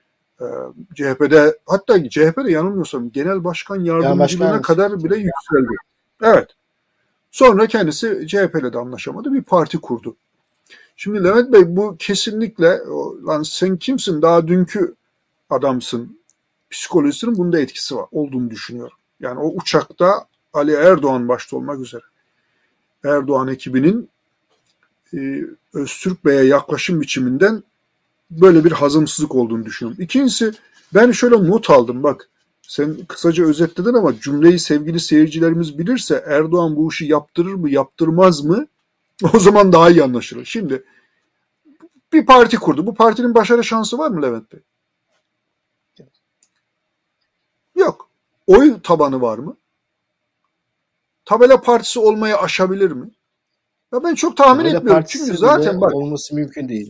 CHP'de, hatta CHP'de yanılmıyorsam genel başkan Yani başka yardımcılığına yardımcısı. kadar bile yükseldi. Evet. Sonra kendisi CHP'yle de anlaşamadı. Bir parti kurdu. Şimdi Levent Bey bu kesinlikle lan sen kimsin daha dünkü adamsın psikolojisinin bunda etkisi var olduğunu düşünüyorum. Yani o uçakta Ali Erdoğan başta olmak üzere Erdoğan ekibinin Öztürk Bey'e yaklaşım biçiminden böyle bir hazımsızlık olduğunu düşünüyorum. İkincisi ben şöyle not aldım bak. Sen kısaca özetledin ama cümleyi sevgili seyircilerimiz bilirse Erdoğan bu işi yaptırır mı yaptırmaz mı O zaman daha iyi anlaşılır. Şimdi bir parti kurdu. Bu partinin başarı şansı var mı Levent Bey? Yok. Oy tabanı var mı? Tabela partisi olmayı aşabilir mi? Ya ben çok tahmin Tabela etmiyorum. Çünkü partisi bile zaten bak, olması mümkün değil.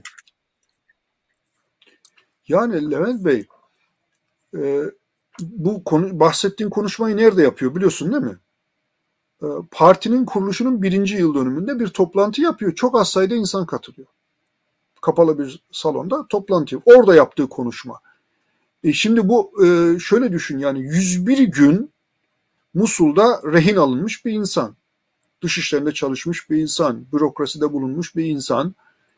yani Levent Bey, bu konu, bahsettiğin konuşmayı nerede yapıyor biliyorsun değil mi? Partinin kuruluşunun 1. yıl dönümünde bir toplantı yapıyor. Çok az sayıda insan katılıyor. Kapalı bir salonda toplantı yapıyor. Orada yaptığı konuşma. Şimdi bu şöyle düşün, yani 101 gün Musul'da rehin alınmış bir insan. Dışişlerinde çalışmış bir insan. Bürokraside bulunmuş bir insan.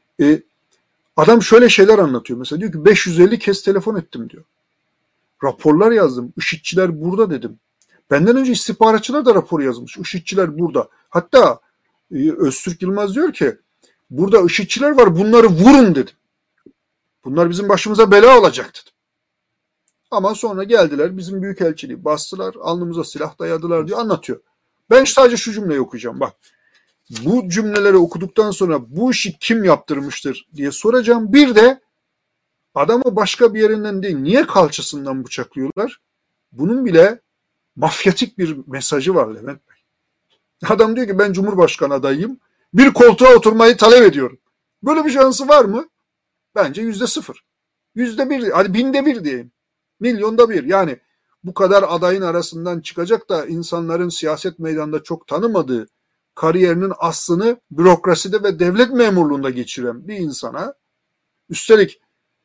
Adam şöyle şeyler anlatıyor. Mesela diyor ki 550 kez telefon ettim diyor. Raporlar yazdım. IŞİD'çiler burada dedim. Benden önce istihbaratçılar da rapor yazmış. IŞİD'çiler burada. Hatta Öztürk Yılmaz diyor ki burada IŞİD'çiler var, bunları vurun dedim. Bunlar bizim başımıza bela olacak dedim. Ama sonra geldiler, bizim büyükelçiliği bastılar, alnımıza silah dayadılar diyor, anlatıyor. Ben sadece şu cümleyi okuyacağım bak. Bu cümleleri okuduktan sonra bu işi kim yaptırmıştır diye soracağım. Bir de adamı başka bir yerinden değil, niye kalçasından bıçaklıyorlar? Bunun bile mafyatik bir mesajı var Levent Bey. Adam diyor ki ben Cumhurbaşkanı adayıyım. Bir koltuğa oturmayı talep ediyorum. Böyle bir şansı var mı? Bence %0. %1, hadi 1000'de 1 diyeyim. Milyonda 1. Yani bu kadar adayın arasından çıkacak da insanların siyaset meydanında çok tanımadığı, kariyerinin aslını bürokraside ve devlet memurluğunda geçiren bir insana, üstelik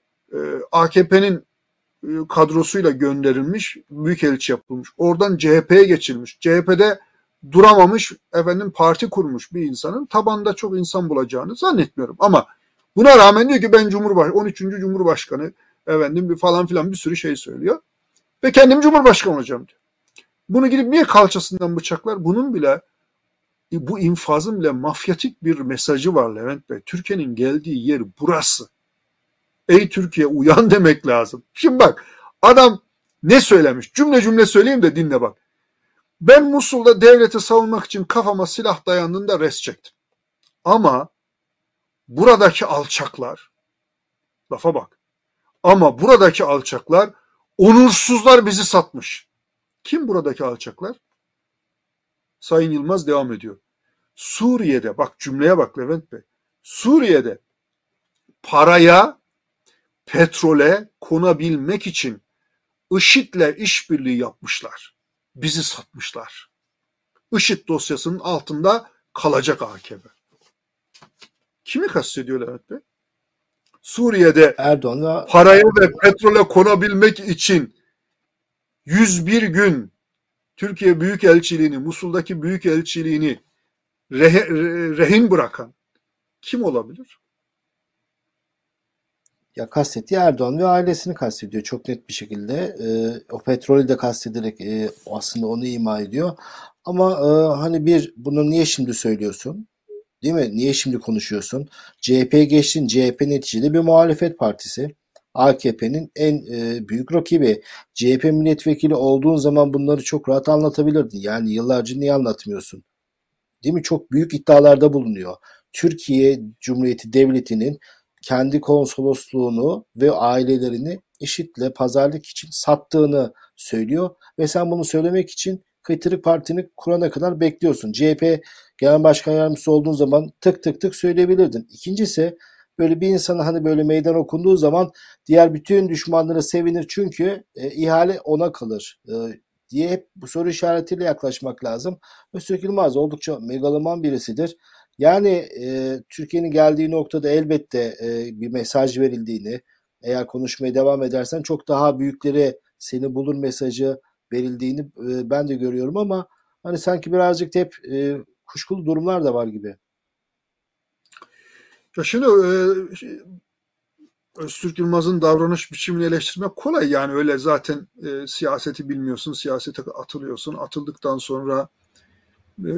AKP'nin kadrosuyla gönderilmiş, büyükelçi yapılmış. Oradan CHP'ye geçilmiş. CHP'de duramamış, parti kurmuş bir insanın tabanda çok insan bulacağını zannetmiyorum. Ama buna rağmen diyor ki ben 13. Cumhurbaşkanı bir falan filan bir sürü şey söylüyor. Ve kendim Cumhurbaşkanı olacağım diyor. Bunu gidip niye kalçasından bıçaklar? Bunun bile, bu infazın bile mafyatik bir mesajı var Levent Bey. Türkiye'nin geldiği yer burası. Ey Türkiye uyan demek lazım. Şimdi bak, adam ne söylemiş? Cümle cümle söyleyeyim de dinle bak. Ben Musul'da devleti savunmak için kafama silah dayandığında res çektim. Ama buradaki alçaklar, lafa bak. Ama buradaki alçaklar, onursuzlar bizi satmış. Kim buradaki alçaklar? Sayın Yılmaz devam ediyor. Suriye'de, bak cümleye bak Levent Bey. Suriye'de paraya, petrole konabilmek için IŞİD'le işbirliği yapmışlar. Bizi satmışlar. IŞİD dosyasının altında kalacak AKP. Kimi kastediyor Levent Bey? Suriye'de Erdoğan ve paraya ve petrole konabilmek için 101 gün Türkiye Büyükelçiliğini, Musul'daki Büyükelçiliğini rehin bırakan kim olabilir? ya kastettiği Erdoğan ve ailesini kastediyor çok net bir şekilde. O petrolü de kastederek aslında onu ima ediyor. Ama hani bunu niye şimdi söylüyorsun? Değil mi? Niye şimdi konuşuyorsun? CHP'ye geçtin. CHP neticede bir muhalefet partisi. AKP'nin en büyük rakibi. CHP milletvekili olduğun zaman bunları çok rahat anlatabilirdin. Yani yıllarca niye anlatmıyorsun? Değil mi? Çok büyük iddialarda bulunuyor. Türkiye Cumhuriyeti Devleti'nin kendi konsolosluğunu ve ailelerini IŞİD'le pazarlık için sattığını söylüyor ve sen bunu söylemek için Kıytırık Parti'ni kurana kadar bekliyorsun. CHP Genel Başkan Yardımcısı olduğun zaman tık tık tık söyleyebilirdin. İkincisi, böyle bir insana hani böyle meydan okunduğu zaman diğer bütün düşmanları sevinir çünkü ihale ona kalır diye hep bu soru işaretiyle yaklaşmak lazım. Öztürk Yılmaz oldukça megaloman birisidir. Yani Türkiye'nin geldiği noktada elbette bir mesaj verildiğini, eğer konuşmaya devam edersen çok daha büyükleri seni bulur mesajı verildiğini ben de görüyorum ama hani sanki birazcık da hep kuşkulu durumlar da var gibi. Ya şimdi Öztürk Yılmaz'ın davranış biçimini eleştirmek kolay. Yani öyle zaten siyaseti bilmiyorsun, siyasete atılıyorsun. Atıldıktan sonra e,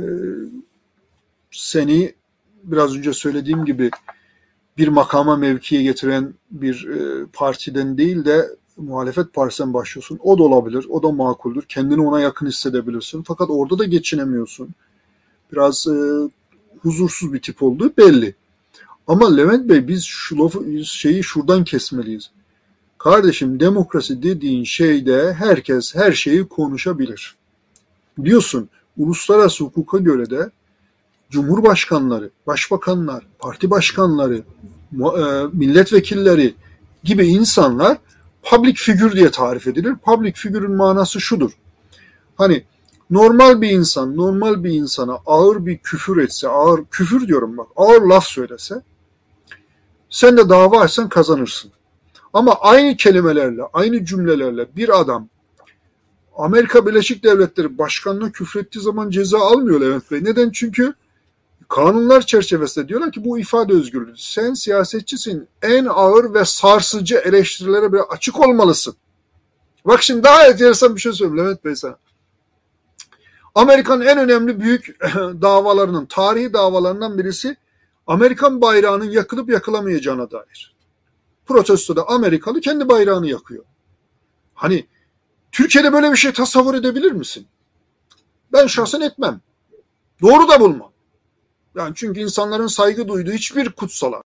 seni biraz önce söylediğim gibi bir makama mevkiye getiren bir partiden değil de muhalefet partisinden başlıyorsun. O da olabilir, o da makuldür. Kendini ona yakın hissedebilirsin. Fakat orada da geçinemiyorsun. Biraz huzursuz bir tip olduğu belli. Ama Levent Bey biz şeyi şuradan kesmeliyiz. Kardeşim demokrasi dediğin şeyde herkes her şeyi konuşabilir. Biliyorsun uluslararası hukuka göre de cumhurbaşkanları, başbakanlar, parti başkanları, milletvekilleri gibi insanlar public figür diye tarif edilir. Public figürün manası şudur. Hani normal bir insana ağır bir küfür etse, ağır küfür diyorum bak, ağır laf söylese, sen de dava açsan kazanırsın. Ama aynı kelimelerle, aynı cümlelerle bir adam Amerika Birleşik Devletleri başkanına küfrettiği zaman ceza almıyor Levent Bey. Neden? Çünkü kanunlar çerçevesinde diyorlar ki bu ifade özgürlüğü. Sen siyasetçisin. En ağır ve sarsıcı eleştirilere bile açık olmalısın. Bak şimdi daha enteresan bir şey söyleyeyim Levent Bey sana. Amerika'nın en önemli büyük davalarının, tarihi davalarından birisi Amerikan bayrağının yakılıp yakılamayacağına dair. Protestoda Amerikalı kendi bayrağını yakıyor. Hani Türkiye'de böyle bir şey tasavvur edebilir misin? Ben şahsen etmem. Doğru da bulmam. Yani çünkü insanların saygı duyduğu hiçbir kutsala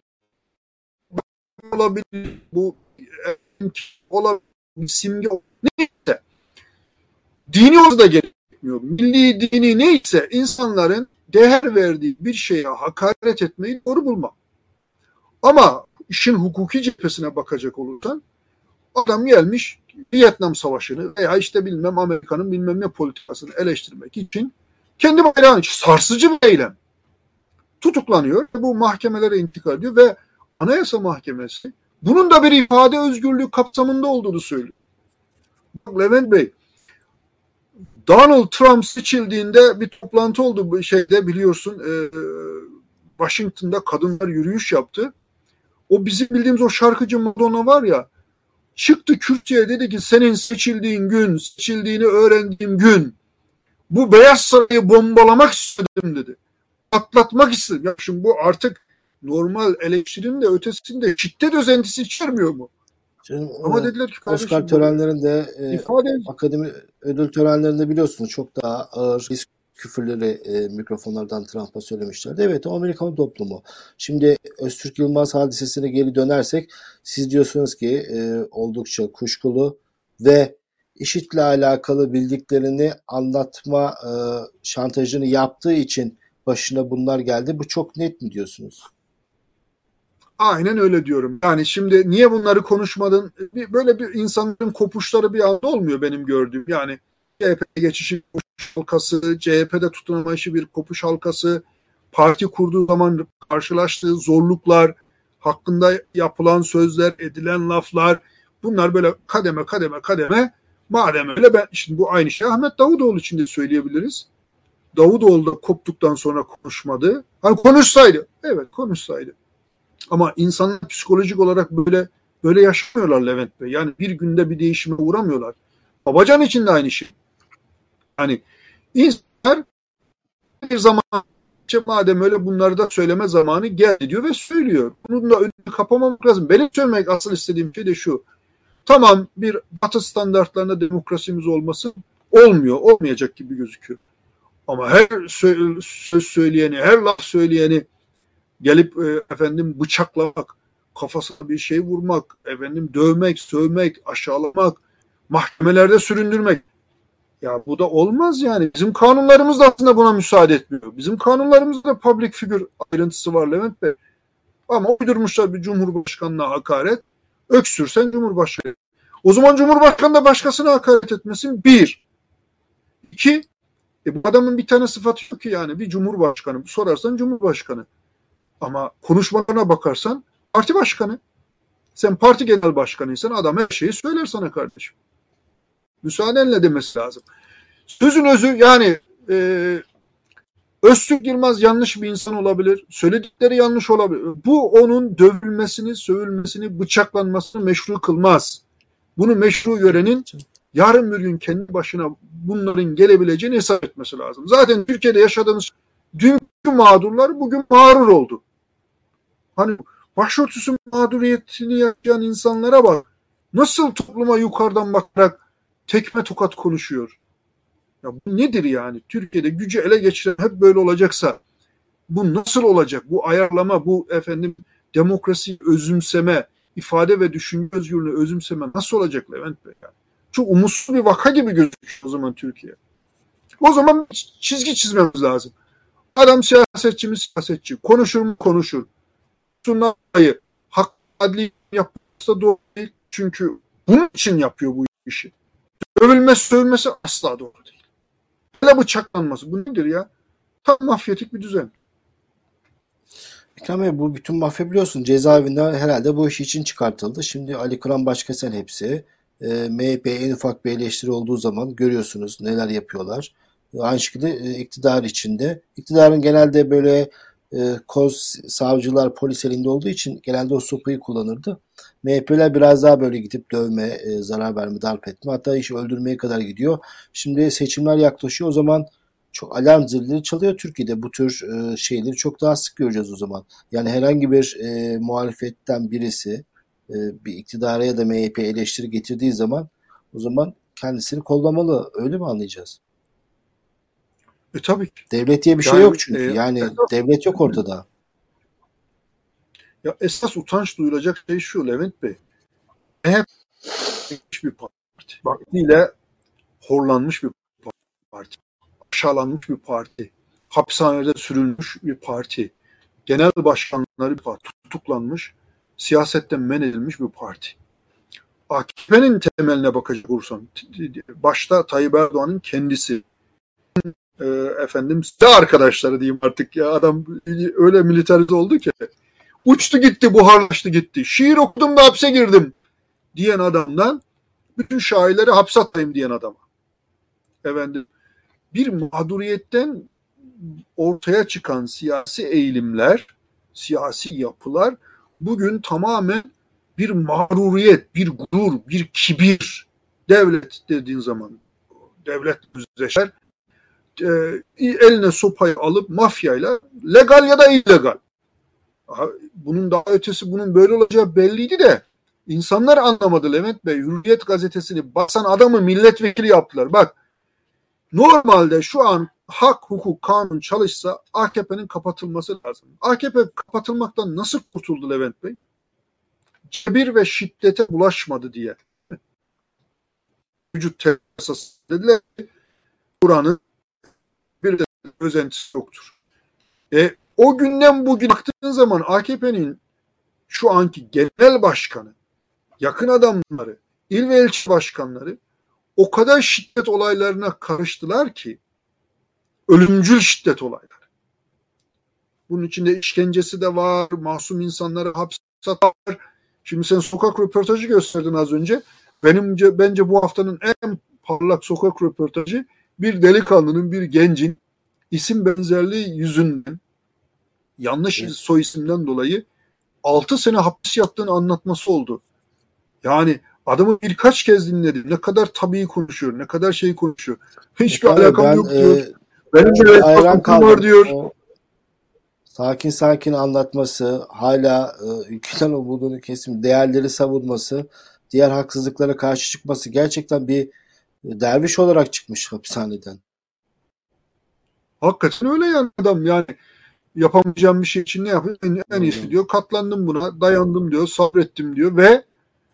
olabilir, bu olabilir, simge neyse. Dini olsa da gerekmiyor. Milli dini neyse insanların değer verdiği bir şeye hakaret etmeyi doğru bulmam. Ama işin hukuki cephesine bakacak olursan adam gelmiş Vietnam Savaşı'nı veya işte bilmem Amerika'nın bilmem ne politikasını eleştirmek için kendi bayrağını, sarsıcı bir eylem, tutuklanıyor. Bu mahkemelere intikal ediyor ve Anayasa Mahkemesi bunun da bir ifade özgürlüğü kapsamında olduğunu söylüyor. Bak Levent Bey, Donald Trump seçildiğinde bir toplantı oldu bu şeyde biliyorsun, Washington'da kadınlar yürüyüş yaptı. O bizim bildiğimiz o şarkıcı Madonna var ya, çıktı kürsüye dedi ki senin seçildiğin gün, seçildiğini öğrendiğim gün bu Beyaz Sarayı bombalamak istedim dedi. Atlatmak istedim. Ya şimdi bu artık normal eleştirinin de ötesinde şiddet özentisi içermiyor mu? Canım, Ama dediler ki kardeşim Oscar törenlerinde, ifade akademi ödül törenlerinde biliyorsunuz çok daha ağır risk küfürleri mikrofonlardan Trump'a söylemişlerdi. Evet, o Amerikan toplumu. Şimdi Öztürk Yılmaz hadisesine geri dönersek siz diyorsunuz ki oldukça kuşkulu ve IŞİD'le alakalı bildiklerini anlatma şantajını yaptığı için başına bunlar geldi. Bu çok net mi diyorsunuz? aynen öyle diyorum. Yani şimdi niye bunları konuşmadın? Böyle bir insanların kopuşları bir anda olmuyor benim gördüğüm. Yani CHP geçişi kopuş halkası, CHP'de tutunamayışı bir kopuş halkası, parti kurduğu zaman karşılaştığı zorluklar, hakkında yapılan sözler, edilen laflar, bunlar böyle kademe kademe kademe, madem öyle ben şimdi bu aynı şey Ahmet Davutoğlu için de söyleyebiliriz. Davutoğlu da koptuktan sonra konuşmadı. Hani konuşsaydı, evet konuşsaydı. Ama insanlar psikolojik olarak böyle yaşamıyorlar Levent Bey. Yani bir günde bir değişime uğramıyorlar. Babacan için de aynı şey. Hani insanlar bir zaman madem öyle bunları da söyleme zamanı geldi diyor ve söylüyor. Bunun da önünü kapamamak lazım. Benim söylemek asıl istediğim şey de şu. Tamam, bir Batı standartlarında demokrasimiz olmayacak gibi gözüküyor. Ama her söz söyleyeni, her laf söyleyeni gelip bıçaklamak, kafasına bir şey vurmak, dövmek, sövmek, aşağılamak, mahkemelerde süründürmek. Ya bu da olmaz yani. Bizim kanunlarımız da aslında buna müsaade etmiyor. Bizim kanunlarımızda public figür ayrıntısı var Levent Bey. Ama uydurmuşlar bir cumhurbaşkanına hakaret. Öksürsen cumhurbaşkanı. O zaman cumhurbaşkanı da başkasına hakaret etmesin. Bir. İki. Bu adamın bir tane sıfatı yok ki yani. Bir cumhurbaşkanı. Sorarsan cumhurbaşkanı. Ama konuşmalarına bakarsan parti başkanı. Sen parti genel başkanıysan adam her şeyi söyler sana kardeşim. Müsaadenle demesi lazım. Sözün özü yani Öztürk Yılmaz yanlış bir insan olabilir. Söyledikleri yanlış olabilir. Bu onun dövülmesini, sövülmesini, bıçaklanmasını meşru kılmaz. Bunu meşru görenin yarın bir gün kendi başına bunların gelebileceğini hesap etmesi lazım. Zaten Türkiye'de yaşadığımız dünkü mağdurlar bugün mağrur oldu. Hani başörtüsü mağduriyetini yaşayan insanlara bak. Nasıl topluma yukarıdan bakarak tekme tokat konuşuyor. Ya bu nedir yani? Türkiye'de gücü ele geçiren hep böyle olacaksa Bu nasıl olacak? Bu ayarlama, bu demokrasi özümseme, ifade ve düşünce özgürlüğünü özümseme nasıl olacak Levent Bey? Yani? Çok umutsuz bir vaka gibi gözüküyor o zaman Türkiye. O zaman çizgi çizmemiz lazım. Adam siyasetçi mi siyasetçi, konuşur mu konuşur. Bundan dolayı hak adli yapması da doğru değil. Çünkü bunun için yapıyor bu işi. Övülmesi sövülmesi asla doğru değil. Hele bıçaklanması bu nedir ya? Tam mafyatik bir düzen. Ekrem Bey, bu bütün mafya biliyorsun cezaevinden herhalde bu iş için çıkartıldı. Şimdi Ali Kıran Başkesen hepsi. MHP'ye en ufak bir eleştiri olduğu zaman görüyorsunuz neler yapıyorlar. Aynı şekilde iktidar içinde. İktidarın genelde böyle koz savcılar polis elinde olduğu için genelde o sopayı kullanırdı. MHP'ler biraz daha böyle gidip dövme, zarar verme, darp etme, hatta iş öldürmeye kadar gidiyor. Şimdi seçimler yaklaşıyor, o zaman çok alarm zilleri çalıyor Türkiye'de. Bu tür şeyleri çok daha sık göreceğiz o zaman. Yani herhangi bir muhalefetten birisi bir iktidara ya da MHP eleştiri getirdiği zaman o zaman kendisini kollamalı. Öyle mi anlayacağız? Tabii ki. Devlet diye bir şey yok Yani çünkü. Yani devlet yok ortada. ya esas utanç duyulacak şey şu Levent Bey. MHP bir parti. Vaktiyle horlanmış bir parti. Aşağılanmış bir parti. Hapishanede sürülmüş bir parti. Genel başkanları bir parti. Tutuklanmış, siyasetten men edilmiş bir parti. AKP'nin temeline bakacak olursan, başta Tayyip Erdoğan'ın kendisi, size arkadaşları diyeyim artık ya, adam öyle militarize oldu ki, uçtu gitti, buharlaştı gitti. Şiir okudum da hapse girdim diyen adamdan bütün şairleri hapse atayım diyen adama. Bir mağduriyetten ortaya çıkan siyasi eğilimler, siyasi yapılar bugün tamamen bir mağruriyet, bir gurur, bir kibir. Devlet dediğin zaman devlet müzdeşer, eline sopayı alıp mafyayla, legal ya da illegal. Bunun daha ötesi, bunun böyle olacağı belliydi de insanlar anlamadı Levent Bey. Hürriyet gazetesini basan adamı milletvekili yaptılar. Bak, normalde şu an hak, hukuk, kanun çalışsa AKP'nin kapatılması lazım. AKP kapatılmaktan nasıl kurtuldu Levent Bey? Cebir ve şiddete bulaşmadı diye. Vücut tesası dediler. Kur'an'ın bir de özentisi yoktur. O günden bugün baktığın zaman AKP'nin şu anki genel başkanı, yakın adamları, il ve ilçe başkanları o kadar şiddet olaylarına karıştılar ki, ölümcül şiddet olayları. Bunun içinde işkencesi de var, masum insanları hapse var. Şimdi sen sokak röportajı gösterdin az önce. Bence bu haftanın en parlak sokak röportajı bir delikanlının, bir gencin isim benzerliği yüzünden, yanlış soy isimden dolayı 6 sene hapis yattığını anlatması oldu. Yani adamı birkaç kez dinledim. Ne kadar tabii konuşuyor, ne kadar şey konuşuyor. Hiçbir alakam yok diyor. Benim de hayran kaldım var diyor. O sakin sakin anlatması, hala ülkeden umudunu kesim, değerleri savunması, diğer haksızlıklara karşı çıkması, gerçekten bir derviş olarak çıkmış hapishaneden. Hakikaten öyle yani adam. Yani yapamayacağım bir şey için ne yapayım? En iyisi diyor. Katlandım buna, dayandım diyor, sabrettim diyor ve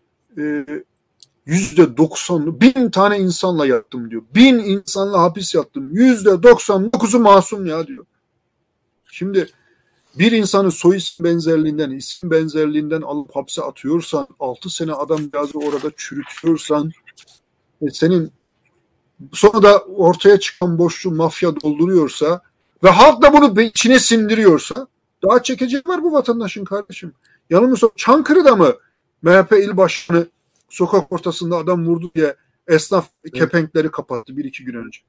%90'lı 1000 tane insanla yattım diyor. 1000 insanla hapis yattım. %99'u masum ya diyor. Şimdi bir insanı soy isim benzerliğinden, isim benzerliğinden alıp hapse atıyorsan, 6 sene adamcağızı orada çürütüyorsan, senin sonra da ortaya çıkan boşluğu mafya dolduruyorsa ve halk da bunu içine sindiriyorsa, daha çekeceği var bu vatandaşın kardeşim. Yanılmıyorsam Çankırı'da mı MHP il başkanı sokak ortasında adam vurdu diye esnaf kepenkleri kapattı 1-2 gün önce.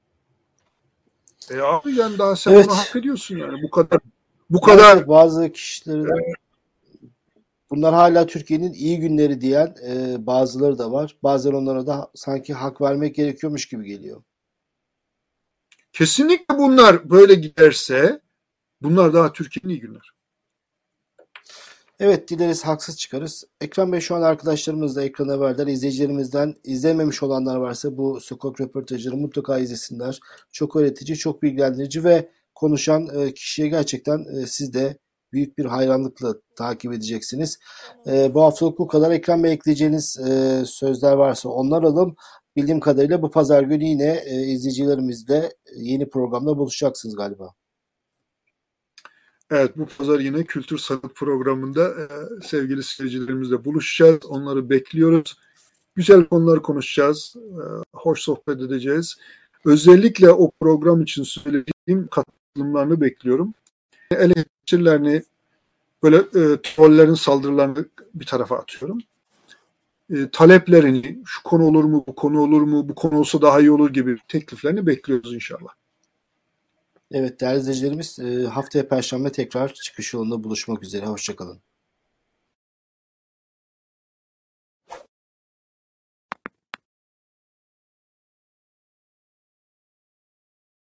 Abi yani daha sen bunu hak ediyorsun yani, bu kadar bazı kişilerin, bunlar hala Türkiye'nin iyi günleri diyen bazıları da var. Bazen onlara da sanki hak vermek gerekiyormuş gibi geliyor. Kesinlikle bunlar böyle giderse bunlar daha Türkiye'nin iyi günler. Evet, dileriz haksız çıkarız. Ekrem Bey, şu an arkadaşlarımız da ekrana verdiler. İzleyicilerimizden izlememiş olanlar varsa bu sokak röportajları mutlaka izlesinler. Çok öğretici, çok bilgilendirici ve konuşan kişiye gerçekten siz de büyük bir hayranlıkla takip edeceksiniz. Bu haftalık bu kadar. Ekrem Bey, ekleyeceğiniz sözler varsa onlar alalım. Bildiğim kadarıyla bu pazar günü yine izleyicilerimizle yeni programda buluşacaksınız galiba. Evet, bu pazar yine Kültür Sanat programında sevgili seyircilerimizle buluşacağız. Onları bekliyoruz. Güzel konular konuşacağız. Hoş sohbet edeceğiz. Özellikle o program için söylediğim katılımlarını bekliyorum. Eleştirilerini, böyle trollerin saldırılarını bir tarafa atıyorum. Taleplerini, şu konu olur mu, bu konu olur mu, bu konu olsa daha iyi olur gibi tekliflerini bekliyoruz inşallah. Evet değerli izleyicilerimiz, haftaya Perşembe tekrar çıkış yolunda buluşmak üzere. Hoşça kalın.